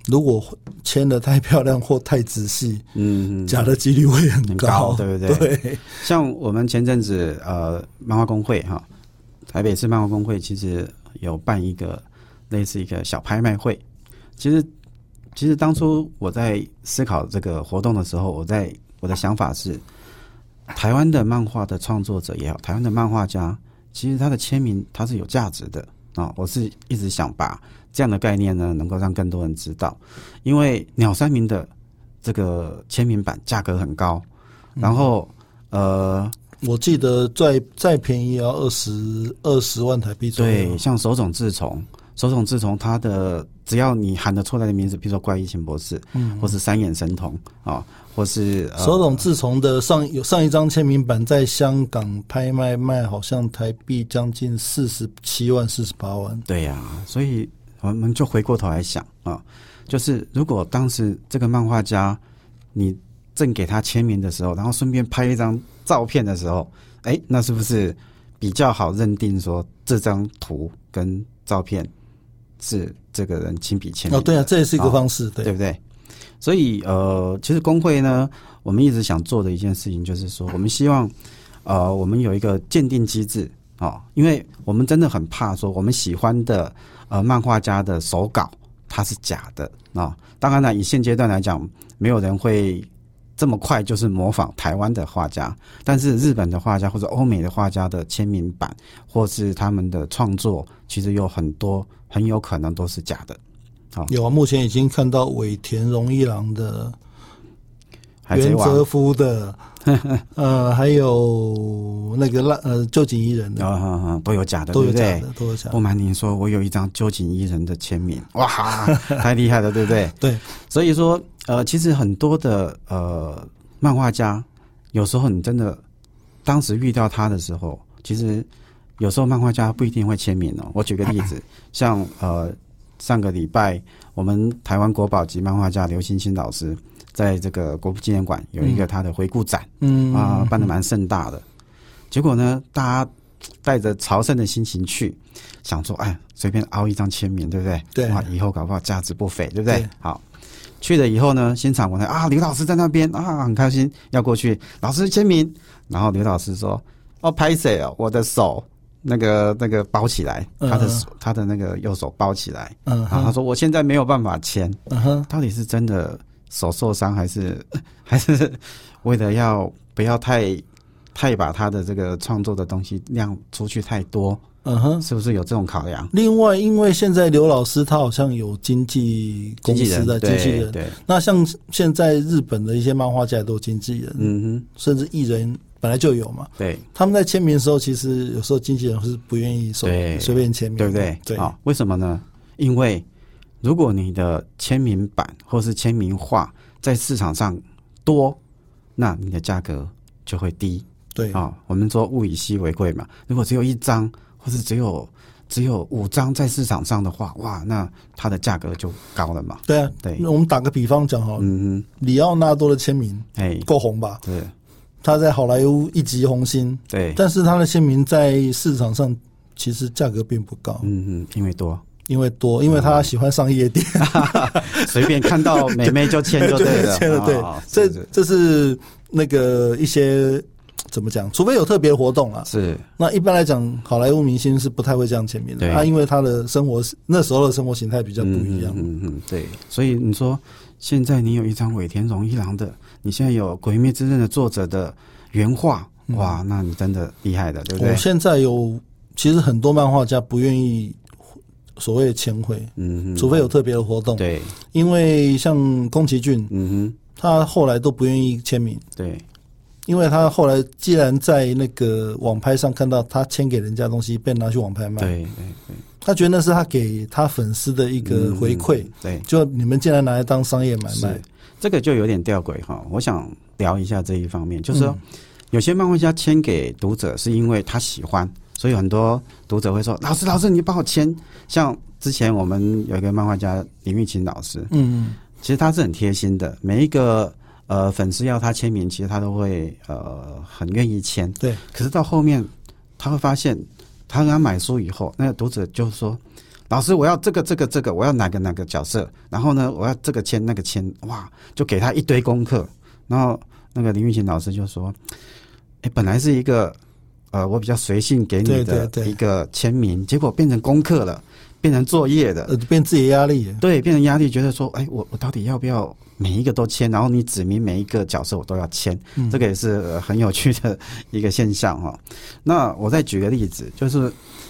如果签的太漂亮或太仔细，假的几率会很高， 对不对？ 对。 像我们前阵子漫画工会哈，台北市漫画工会其实有办一个类似一个小拍卖会。其实当初我在思考这个活动的时候，我的想法是，台湾的漫画的创作者也好，台湾的漫画家，其实他的签名他是有价值的啊。我是一直想把这样的概念呢，能够让更多人知道，因为鸟山明的这个签名版价格很高，然后我记得再便宜也要20万台币左右。 对，像手冢治虫他的只要你喊得出来的名字，比如说怪异秦博士，或是三眼神童啊，或是手冢治虫的上一张签名版在香港拍卖好像台币将近47万48万。 对呀，所以我们就回过头来想啊，就是如果当时这个漫画家你正给他签名的时候，然后顺便拍一张照片的时候，那是不是比较好认定说这张图跟照片是这个人亲笔签名的？ 对啊，这也是一个方式，对不对？所以其实工会呢，我们一直想做的一件事情就是说，我们希望我们有一个鉴定机制因为我们真的很怕说我们喜欢的漫画家的手稿它是假的当然了，以现阶段来讲，没有人会这么快就是模仿台湾的画家，但是日本的画家或者欧美的画家的签名版或是他们的创作，其实有很多很有可能都是假的。 有啊，目前已经看到尾田荣一郎的、原泽夫的还有那个旧井一人的都有假的， 都有假的，都有假的。 不瞒您说，我有一张旧井一人的签名，哇，太厉害了，对不对？ 对， 所以说其实很多的漫画家，有时候你真的当时遇到他的时候，其实有时候漫画家不一定会签名哦。我举个例子，像上个礼拜我们台湾国宝级漫画家刘欣欣老师在这个国父纪念馆有一个他的回顾展，办得蛮盛大的。结果呢，大家带着朝圣的心情去，想说随便凹一张签名，对不对？ 对， 哇，以后搞不好价值不菲，对不对？好，去了以后呢，现场我看刘老师在那边很开心，要过去老师签名，然后刘老师说拍谁哦，我的手那个包起来，他的那个右手包起来，他说我现在没有办法签，到底是真的手受伤还是为了不要太把他的这个创作的东西量出去太多，是不是有这种考量？ 另外，因为现在刘老师他好像有经纪公司的经纪人， 对， 那像现在日本的一些漫画家也都有经纪人，甚至艺人本来就有嘛， 对， 他们在签名的时候，其实有时候经纪人是不愿意随便签名， 对不对？对，为什么呢？因为如果你的签名版或是签名画在市场上多，那你的价格就会低。 对我们说物以稀为贵嘛。如果只有一张，或是只有5张在市场上的话，哇，那它的价格就高了嘛。 对啊，对。我们打个比方讲好了，里奥纳多的签名，够红吧？ 对。 他在好莱坞一级红星， 对， 但是他的签名在市场上其实价格并不高， 因为多， 因为他喜欢上夜店， 随便看到美眉就签就对了， 签了，对，这是那个一些怎么讲？除非有特别的活动啦， 是。那一般来讲，好莱坞明星是不太会这样签名的，因为他的那时候的生活形态比较不一样， 对。所以你说现在你有一张尾田荣一郎的。你现在有《鬼灭之刃》的作者的原画，哇，那你真的厉害的，对不对？ 现在其实很多漫画家不愿意所谓的签绘，除非有特别的活动， 对， 因为像宫崎骏，他后来都不愿意签名， 对， 因为他后来既然在那个网拍上看到他签给人家的东西被拿去网拍卖， 对， 他觉得那是他给他粉丝的一个回馈， 对， 就你们竟然拿来当商业买卖。 这个就有点吊诡哈，我想聊一下这一方面，就是说，有些漫画家签给读者是因为他喜欢，所以很多读者会说：“老师，你帮我签。”像之前我们有一个漫画家林玉琴老师，其实他是很贴心的，每一个粉丝要他签名，其实他都会很愿意签。 对， 可是到后面他会发现，他跟他买书以后，那个读者就说：“ 老师我要这个，我要哪个角色，然后呢我要这个签那个签，哇，就给他一堆功课。然后那个林玉琴老师就说，本来是一个我比较随性给你的一个签名，结果变成功课了，变成作业的， 变自己的压力。 对，变成压力，觉得说我到底要不要每一个都签，然后你指明每一个角色我都要签，这个也是很有趣的一个现象哈。那我再举个例子，就是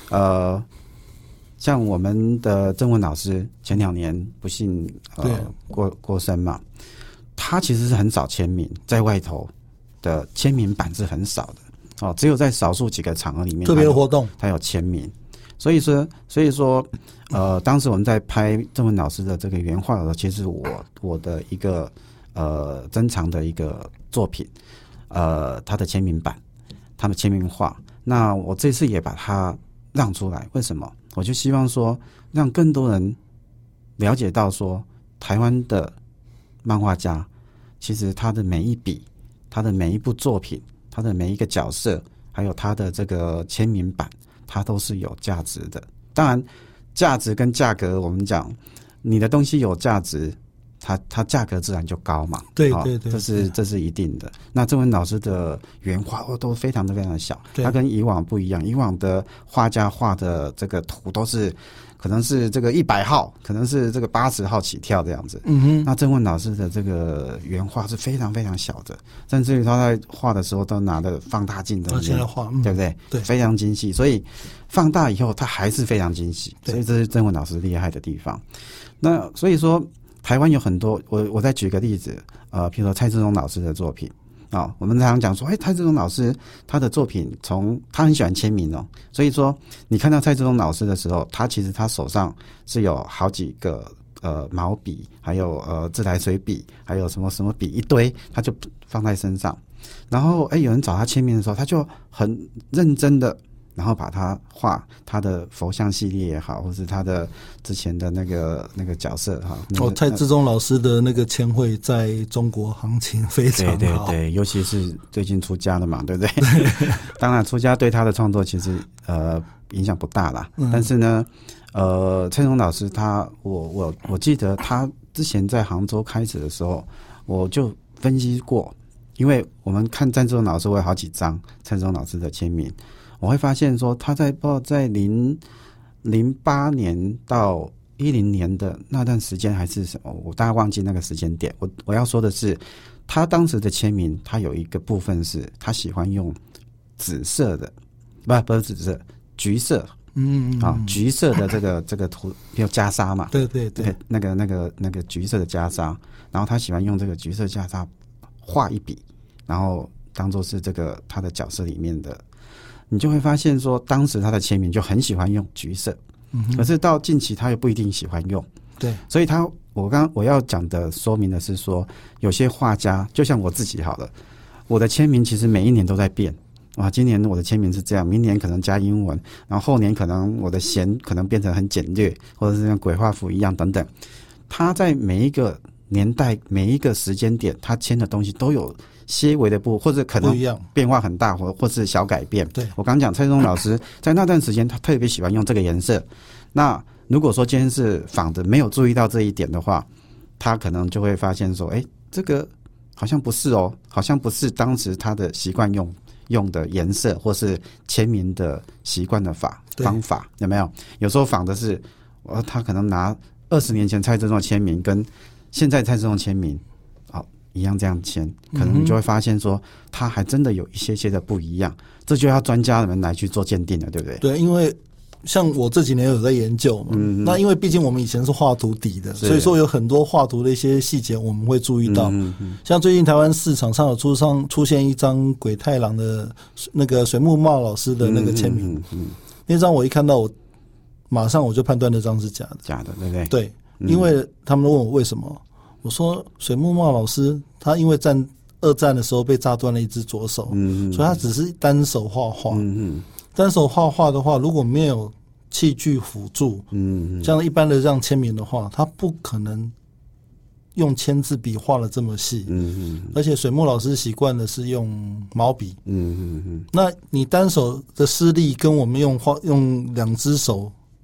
像我们的郑文老师前2年不幸过身嘛，他其实是很少签名，在外头的签名版是很少的只有在少数几个场合里面特别的活动他有签名。所以说当时我们在拍郑文老师的这个原画的时候，其实我的一个珍藏的一个作品，他的签名版，他的签名画，那我这次也把它让出来。为什么？我就希望说让更多人了解到说台湾的漫画家其实他的每一笔，他的每一部作品，他的每一个角色，还有他的这个签名版，它都是有价值的。当然价值跟价格，我们讲你的东西有价值，它价格自然就高嘛。 对， 这是一定的。那郑文老师的原画都非常的小，他跟以往不一样，以往的画家画的这个图都是可能是这个100号，可能是这个80号起跳这样子。那郑文老师的这个原画是非常小的，甚至于他在画的时候都拿着放大镜的画， 对不对？对，非常精细。所以放大以后，它还是非常精细。所以这是郑文老师厉害的地方。那所以说，台湾有很多，我再举个例子，譬如说蔡志忠老师的作品。我们常常讲说，蔡志忠老师他的作品他很喜欢签名所以说你看到蔡志忠老师的时候，他其实他手上是有好几个毛笔，还有自来水笔，还有什么笔一堆，他就放在身上。然后有人找他签名的时候，他就很认真的，然后把他画他的佛像系列也好，或是他的之前的那个角色哈。 蔡志忠老师的那个签绘在中国行情非常好，对， 尤其是最近出家了嘛，对不对？当然出家对他的创作其实影响不大啦。但是呢，蔡志忠老师我记得他之前在杭州开始的时候，我就分析过，因为我们看蔡志忠老师，我有好几张蔡志忠老师的签名。我会发现说他在08年到10年的那段时间还是什么，我大概忘记那个时间点。我要说的是，他当时的签名，他有一个部分是他喜欢用紫色的，不是紫色，橘色，橘色的这个图，比如袈裟嘛， 对， 那个橘色的袈裟，然后他喜欢用这个橘色袈裟画一笔，然后当做是这个他的角色里面的。你就会发现说，当时他的签名就很喜欢用橘色，可是到近期他又不一定喜欢用。 对， 所以我要讲的说明的是说，有些画家就像我自己好了，我的签名其实每一年都在变。今年我的签名是这样，明年可能加英文，然后后年可能我的弦可能变成很简略，或者是像鬼画符一样等等。他在每一个年代、每一个时间点，他签的东西都有些微的或者可能变化很大，或是小改变。 对， 我刚讲蔡志忠老师在那段时间，他特别喜欢用这个颜色。那如果说今天是仿的，没有注意到这一点的话，他可能就会发现说，这个好像不是好像不是当时他的习惯用的颜色，或是签名的习惯的方法，有没有？有时候仿的是他可能拿20年前蔡志忠的签名跟现在蔡志忠签名一样这样签，可能你就会发现说，他还真的有一些的不一样，这就要专家们来去做鉴定了，对不对？ 对，因为像我这几年有在研究嘛，那因为毕竟我们以前是画图底的，所以说有很多画图的一些细节我们会注意到。像最近台湾市场上有出现一张鬼太郎的那个水木茂老师的那个签名，那张我一看到马上我就判断那张是假的， 对不对？ 对，因为他们问我为什么。我说水木茂老师他因为二战的时候被炸断了一只左手，所以他只是单手画画。单手画画的话，如果没有器具辅助，像一般的这样签名的话，他不可能用签字笔画了这么细。而且水木老师习惯的是用毛笔。那你单手的施力跟我们用2只手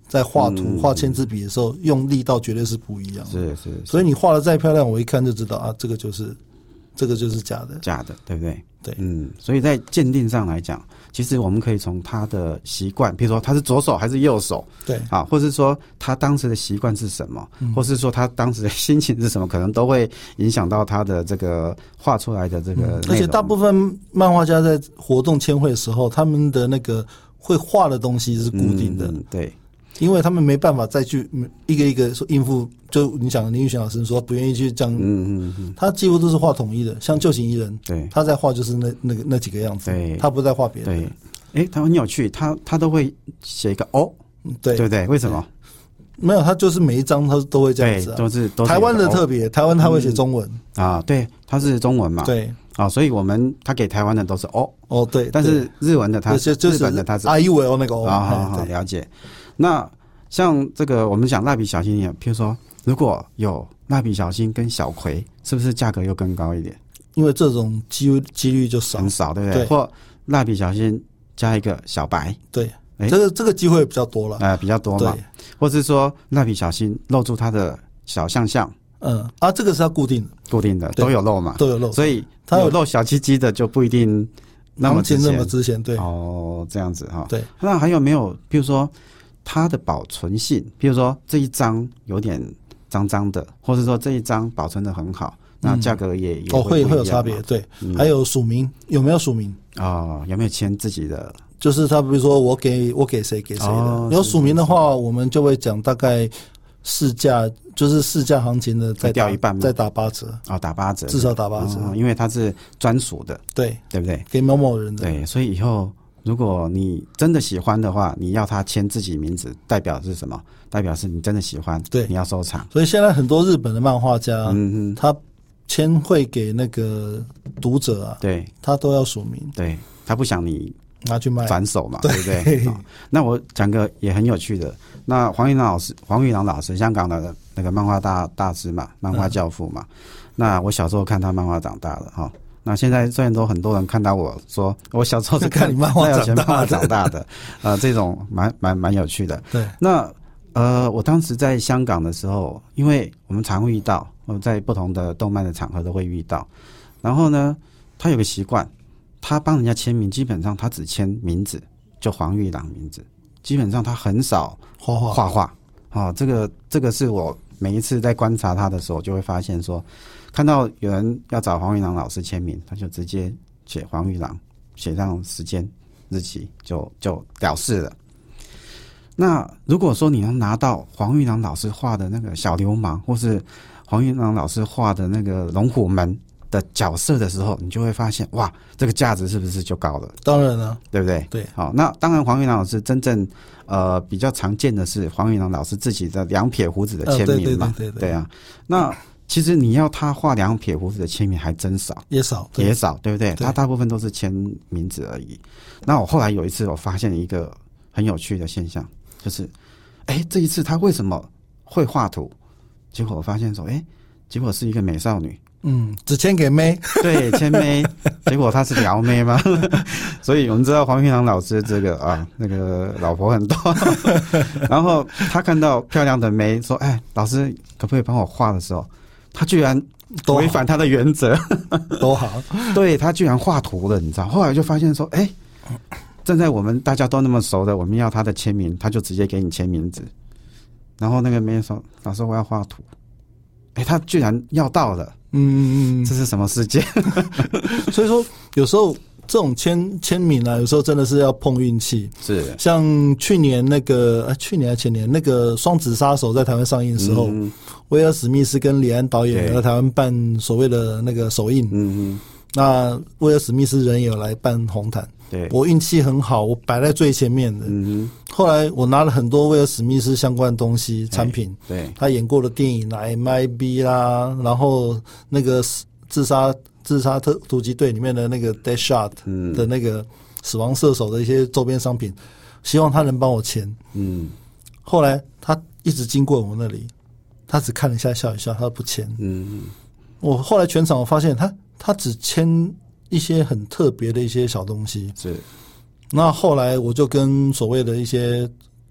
在画图、画签字笔的时候，用力道绝对是不一样的。 是， 所以你画的再漂亮，我一看就知道啊，这个就是假的， 对不对？ 对， 所以在鉴定上来讲，其实我们可以从他的习惯，比如说他是左手还是右手， 对啊，或是说他当时的习惯是什么，或是说他当时的心情是什么，可能都会影响到他的这个画出来的这个内容。 而且大部分漫画家在活动签绘的时候，他们的那个会画的东西是固定的， 对。 因为他们没办法再去一个一个说应付，就你讲林玉璇老师说不愿意去这样，他几乎都是画统一的，像旧型艺人， 对， 他在画就是那几个样子， 对， 他不在画别的。 对，他很有趣，他都会写一个对不对？为什么？ 没有，他就是每一张他都会这样子， 都是台湾的特别，台湾他会写中文啊，对，他是中文嘛， 对。 所以他给台湾的都是对， 但是日文的日本的他是 I U L 那个好，了解。那像这个我们讲蜡笔小新也，譬如说如果有蜡笔小新跟小葵，是不是价格又更高一点？ 因为这种几率就很少，对不对？或蜡笔小新加一个小白， 对，这个机会比较多了， 比较多嘛。或是说蜡笔小新露出他的小象， 这个是要固定的， 都有露嘛， 都有露， 所以他有露小鸡鸡的就不一定那么值钱，对， 这样子哈， 对。 那还有没有，比如说它的保存性，比如说这一张有点脏脏的，或者说这一张保存的很好，那价格也会有差别，对。还有署名，有没有署名？ 有没有签自己的？ 就是他比如说我给谁的，有署名的话，我们就会讲大概市价，就是市价行情的再掉一半， 再打8折打8折， 至少打8折， 因为它是专属的，对不对？ 给某某人的， 对，所以以后如果你真的喜欢的话，你要他签自己名字，代表是什么？代表是你真的喜欢， 对， 你要收藏。 所以现在很多日本的漫画家，他签绘给那个读者啊， 对， 他都要署名， 对，他不想你拿去卖转手嘛，对不对？那我讲个也很有趣的，那黄玉郎老师，香港的那个漫画大师嘛，漫画教父嘛。那我小时候看他漫画长大的哈。那现在虽然都很多人看到我说我小时候是看你漫画长大的，这种蛮有趣的。 对， 那我当时在香港的时候，因为我们常会遇到，我们在不同的动漫的场合都会遇到。然后呢，他有个习惯，他帮人家签名，基本上他只签名字，就黄玉郎名字，基本上他很少画画。这个是我每一次在观察他的时候，就会发现说，看到有人要找黄玉郎老师签名，他就直接写黄玉郎，写上时间日期就了事了。那如果说你能拿到黄玉郎老师画的那个小流氓，或是黄玉郎老师画的那个龙虎门的角色的时候，你就会发现，哇，这个价值是不是就高了？ 当然了， 对不对？ 对， 好，那当然，黄玉郎老师真正比较常见的是黄玉郎老师自己的2撇胡子的签名嘛，对啊。那其实你要他画2撇胡子的签名还真少， 也少， 对不对？他大部分都是签名字而已。那我后来有一次我发现一个很有趣的现象，就是这一次他为什么会画图？结果我发现说，结果是一个美少女， 只签给妹， 对，签妹，结果他是撩妹嘛，所以我们知道黄玉郎老师这个那个老婆很多，然后他看到漂亮的妹，说，老师可不可以帮我画的时候，他居然违反他的原则， 都好， 对，他居然画图了，你知道？后来就发现说，站在我们大家都那么熟的，我们要他的签名，他就直接给你签名字。然后那个妹说：“老师，我要画图。”他居然要到了，这是什么世界？ 所以说，有时候这种签名啊，有时候真的是要碰运气。 是， 像去年那个去年还前年那个《双子杀手》在台湾上映的时候，威尔史密斯跟李安导演在台湾办所谓的那个首映。那威尔史密斯人也有来办红毯。 对， 我运气很好，我摆在最前面的。后来我拿了很多威尔史密斯相关的东西产品， 对， 他演过的电影啦 MIB 啦，然后那个自杀突击队里面的那个 Deadshot 的那个死亡射手的一些周边商品，希望他能帮我签。后来他一直经过我那里，他只看了一下笑一笑，他不签。我后来全场我发现他只签一些很特别的一些小东西。 是， 那后来我就跟所谓的一些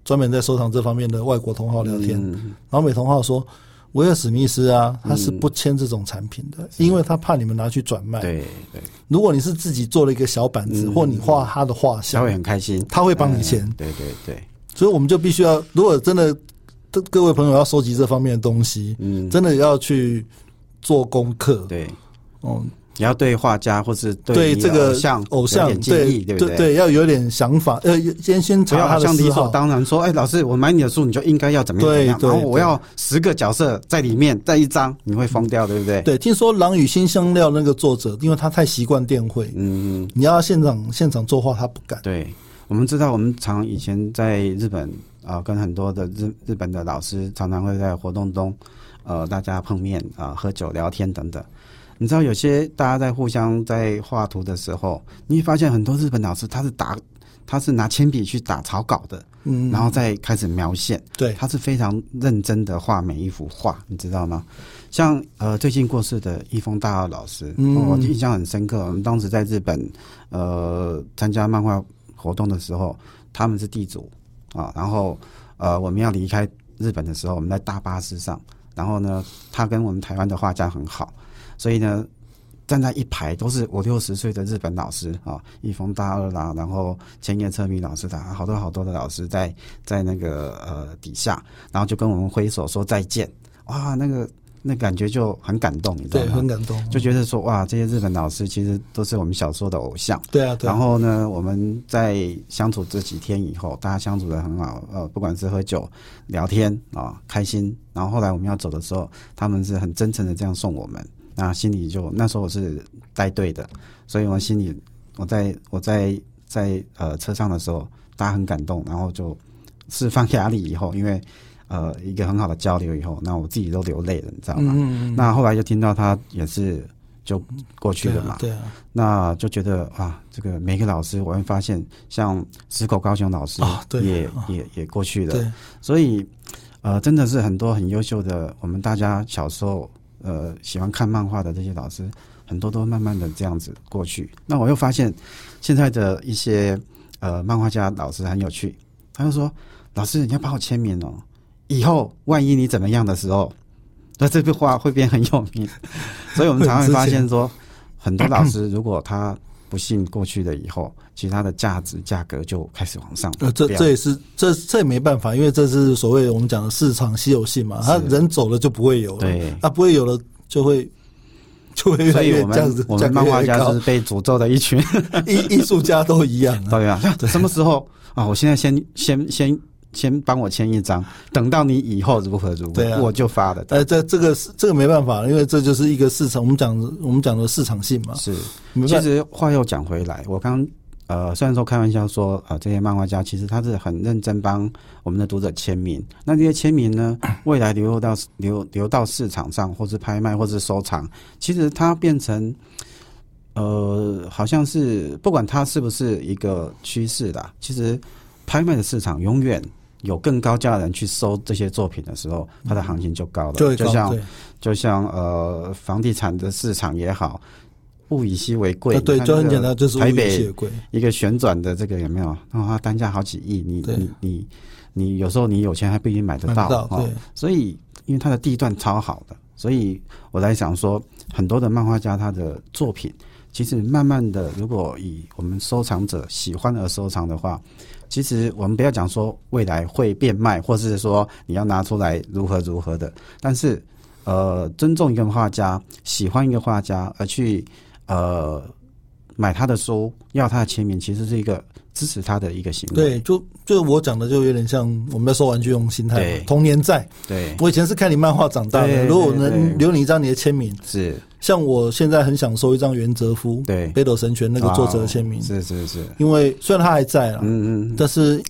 专门在收藏这方面的外国同好聊天，然后美同好说，威尔史密斯啊，他是不签这种产品的，因为他怕你们拿去转卖。 对对， 如果你是自己做了一个小板子，或你画他的画像， 他会很开心， 他会帮你签。 对对对， 所以我们就必须要，如果真的各位朋友要收集这方面的东西，真的要去做功课。 对，你要对画家或是对这个偶像对对不对？ 要有点想法，先查他的嗜好。 当然说，老师，我买你的书，你就应该要怎么样怎么样，然后我要10个角色在里面，在一张，你会疯掉，对不对？ 对，听说《狼与新香料》那个作者，因为他太习惯电绘，你要现场作画，他不敢。 对，我们知道，我们以前在日本跟很多的日本的老师常常会在活动中，大家碰面喝酒聊天等等。你知道有些大家在互相在画图的时候，你会发现很多日本老师他是拿铅笔去打草稿的，然后再开始描线， 对， 他是非常认真的画每一幅画，你知道吗？像最近过世的一峰大二老师，我印象很深刻。我们当时在日本参加漫画活动的时候，他们是地主然后我们要离开日本的时候，我们在大巴士上，然后呢，他跟我们台湾的画家很好。所以呢，站在一排都是50-60岁的日本老师一峰大二啦，然后千叶彻弥老师的好多的老师在那个底下，然后就跟我们挥手说再见，哇，那感觉就很感动，你知道吗？ 对，很感动， 就觉得说哇，这些日本老师其实都是我们小时候的偶像。 对啊。 然后呢，我们在相处这几天以后，大家相处得很好，不管是喝酒、聊天开心。然后后来我们要走的时候，他们是很真诚的这样送我们。那心里那时候我是带队的，所以我心里我在车上的时候，大家很感动，然后就释放压力以后，因为一个很好的交流以后，那我自己都流泪了，你知道吗？那后来就听到他也是就过去了嘛， 对啊， 那就觉得这个每个老师我会发现，像石口高雄老师也过去了， 对， 所以真的是很多很优秀的，我们大家小时候喜欢看漫画的这些老师，很多都慢慢的这样子过去。那我又发现现在的一些漫画家老师很有趣，他就说：“老师，你要帮我签名哦，以后万一你怎么样的时候，那这句话会变很有名。”所以我们常会发现说，很多老师如果他不幸过去了以后，其实它的价格就开始往上。 这也是这也没办法，因为这是所谓我们讲的市场稀有性嘛，他人走了就不会有了， 对， 不会有了就会越来越这样子。 我们漫画家是被诅咒的一群， 艺术家都一样对啊。什么时候我现在先帮我签一张，等到你以后如何，我就发了。 这个没办法，因为这就是一个市场，我们讲的市场性嘛。 是，其实话又讲回来，我刚虽然说开玩笑说这些漫画家其实他是很认真帮我们的读者签名，那这些签名呢，未来流到市场上，或是拍卖，或是收藏，其实它变成好像是不管它是不是一个趋势啦，其实拍卖的市场永远有更高价的人去收这些作品的时候，它的行情就高了。就像房地产的市场也好，物以稀为贵。 对，就很简单，就是物以稀为贵。 一个旋转的这个有没有？它单价好几亿，你有时候你有钱还不一定买得到。对，所以因为它的地段超好的，所以我在想说，很多的漫画家他的作品，其实慢慢的，如果以我们收藏者喜欢而收藏的话，其实我们不要讲说未来会变卖，或是说你要拿出来如何的，但是尊重一个画家，喜欢一个画家而去买他的书，要他的签名，其实是一个支持他的一个行为。 对，就我讲的就有点像我们在收玩具用心态，童年债。 对， 我以前是看你漫画长大的，如果能留你一张你的签名， 是像我现在很想收一张原哲夫对北斗神拳那个作者的签名， 是， 因为虽然他还在了，但是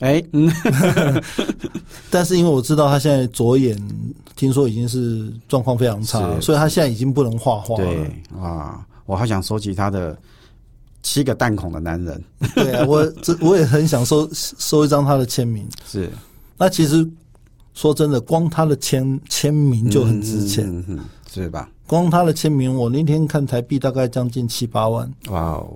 但是因为我知道他现在左眼听说已经是状况非常差，所以他现在已经不能画画了。 对啊，我好想收集他的7个弹孔的男人。 对啊，我也很想收一张他的签名。 是， 那其实说真的，光他的签名就很值钱， 是吧？ 光他的签名，我那天看台币大概将近7-8万。 哇哦，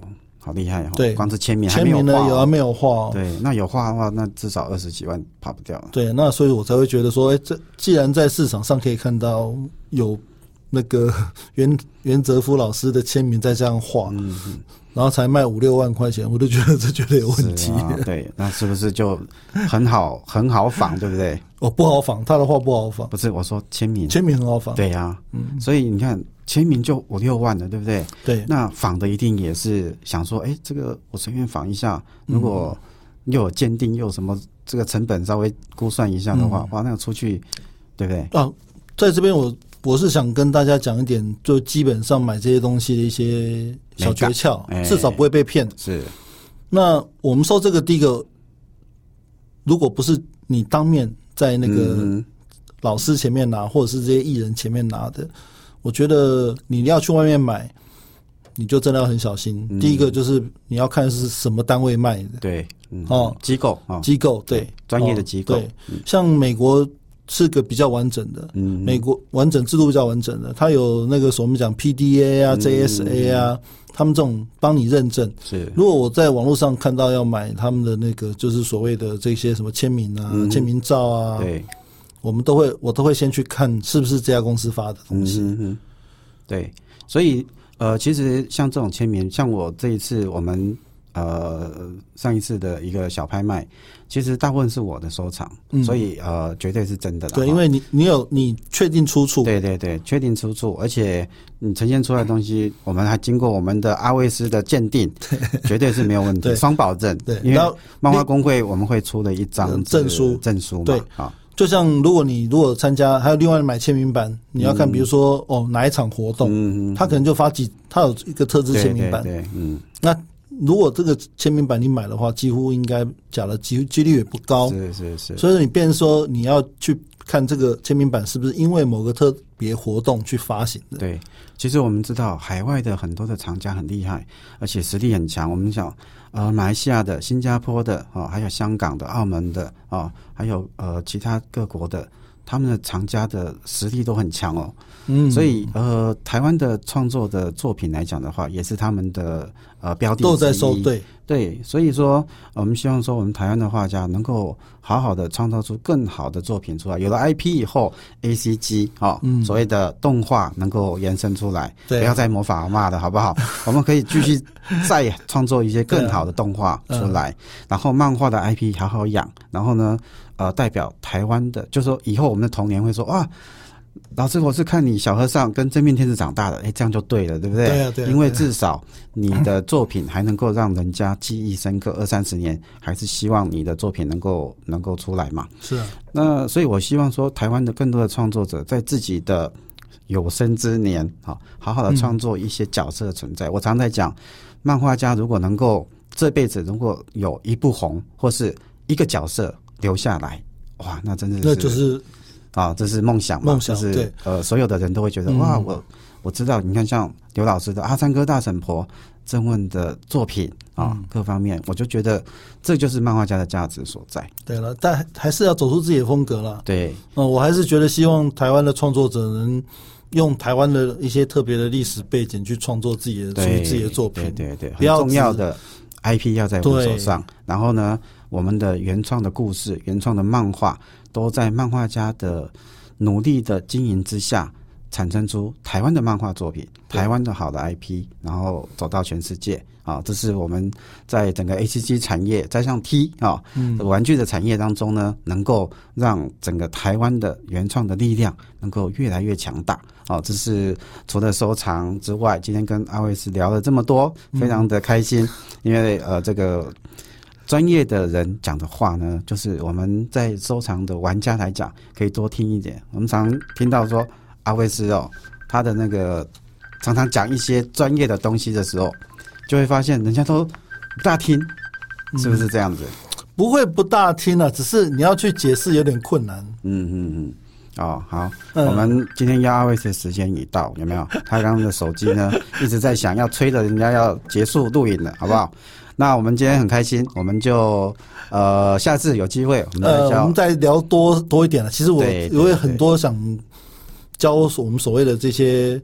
好厉害哦！ 对， 光是签名还没有画、 呢有啊没有画、哦？ 对，那有画的话，那至少20几万跑不掉了。 对，那所以我才会觉得说，这既然在市场上可以看到有那个袁哲夫老师的签名在这样画，然后才卖5、6万块钱，我就觉得这绝对有问题。 对，那是不是就很好仿，对不对？ 哦，不好仿，他的画不好仿。 不是，我说签名很好仿。 对呀、所以你看签名就5、6万了，对不对？ 对， 那仿的一定也是想说，这个我随便仿一下，如果又有鉴定，又有什么这个成本稍微估算一下的话，哇，那个出去，对不对？ 啊，在这边我是想跟大家讲一点，就基本上买这些东西的一些小诀窍，至少不会被骗。 是。 那我们说这个第一个，如果不是你当面在那个老师前面拿，或者是这些艺人前面拿的，我觉得你要去外面买，你就真的要很小心。第一个就是你要看是什么单位卖的， 对，机构对，专业的机构， 对，像美国是个比较完整的，美国完整制度比较完整的，它有那个我们讲 PDA 啊、JSA 啊，他们这种帮你认证。 是， 如果我在网络上看到要买他们的那个，就是所谓的这些什么签名啊、签名照啊， 对， 我都会先去看是不是这家公司发的东西。 对，所以其实像这种签名，像我这一次我们上一次的一个小拍卖，其实大部分是我的收藏，所以绝对是真的啦。 对，因为你确定出处， 对对对，确定出处，而且你呈现出来的东西，我们还经过我们的阿卫斯的鉴定，绝对是没有问题，双保证。对，因为漫画工会我们会出了一张证书嘛， 对啊。就像如果参加，还有另外买签名版，你要看，比如说哪一场活动，他可能就他有一个特制签名版， 对， 那如果这个签名版你买的话，几乎应该假的几率也不高， 是， 所以你变成说你要去看这个签名版是不是因为某个特别活动去发行的。 对，其实我们知道海外的很多的厂家很厉害，而且实力很强。我们讲马来西亚的、新加坡的还有香港的、澳门的还有其他各国的，他们的厂家的实力都很强哦。所以台湾的创作的作品来讲的话，也是他们的标的之一， 都在收。 对，所以说我们希望说我们台湾的画家能够好好的创造出更好的作品出来。有了 IP 以后 ，ACG 所谓的动画能够延伸出来，不要再模仿骂的好不好？我们可以继续再创作一些更好的动画出来，然后漫画的 IP 好好养，然后呢代表台湾的，就是说以后我们的童年会说哇，老师，我是看你小和尚跟真命天子长大的，这样就对了，对不对？ 对啊。 因为至少你的作品还能够让人家记忆深刻，20-30年，还是希望你的作品能够出来嘛。 是啊。 那所以我希望说，台湾的更多的创作者在自己的有生之年，好好的创作一些角色的存在。我常在讲，漫画家如果能够这辈子如果有一部红或是一个角色留下来，哇，那真的是， 那就是这是梦想嘛，就是所有的人都会觉得哇，我知道，你看像刘老师的阿三哥大婶婆、郑问的作品各方面，我就觉得这就是漫画家的价值所在。 对了，但还是要走出自己的风格啦。 对， 我还是觉得希望台湾的创作者能用台湾的一些特别的历史背景去创作自己的属于自己的作品。 对，很重要的 IP 要在我们手上，然后呢，我们的原创的故事、原创的漫画，都在漫画家的努力的经营之下，产生出台湾的漫画作品，台湾的好的 IP， 然后走到全世界这是我们在整个 ACG 产业，再上 T 玩具的产业当中呢，能够让整个台湾的原创的力量能够越来越强大。这是除了收藏之外，今天跟阿卫斯聊了这么多，非常的开心，因为这个专业的人讲的话呢，就是我们在收藏的玩家来讲，可以多听一点。我们常听到说阿卫斯他的那个常常讲一些专业的东西的时候，就会发现人家都不大听，是不是这样子？ 不会不大听啊，只是你要去解释有点困难。 好，我们今天邀阿卫斯的时间已到，有没有？他刚刚的手机呢一直在响，要催着人家要结束录影了，好不好？那我们今天很开心，我们就下次有机会我们再聊多一点了。其实我有很多想教我们所谓的这些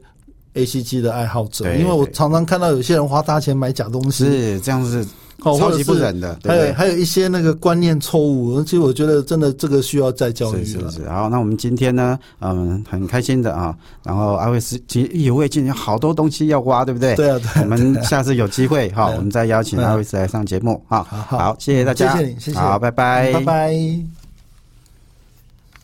AC 机的爱好者， 对因为我常常看到有些人花大钱买假东西， 是这样子，超级不忍的。对不对？ 还有一些那个观念错误，其实我觉得真的这个需要再教育了。 是。好，那我们今天呢，很开心的啊。然后阿卫斯其实意犹未尽，有好多东西要挖，对不对？ 对啊。 我们下次有机会哈，我们再邀请阿卫斯来上节目。好，谢谢大家， 谢谢你，谢谢。 好，拜拜， 拜拜。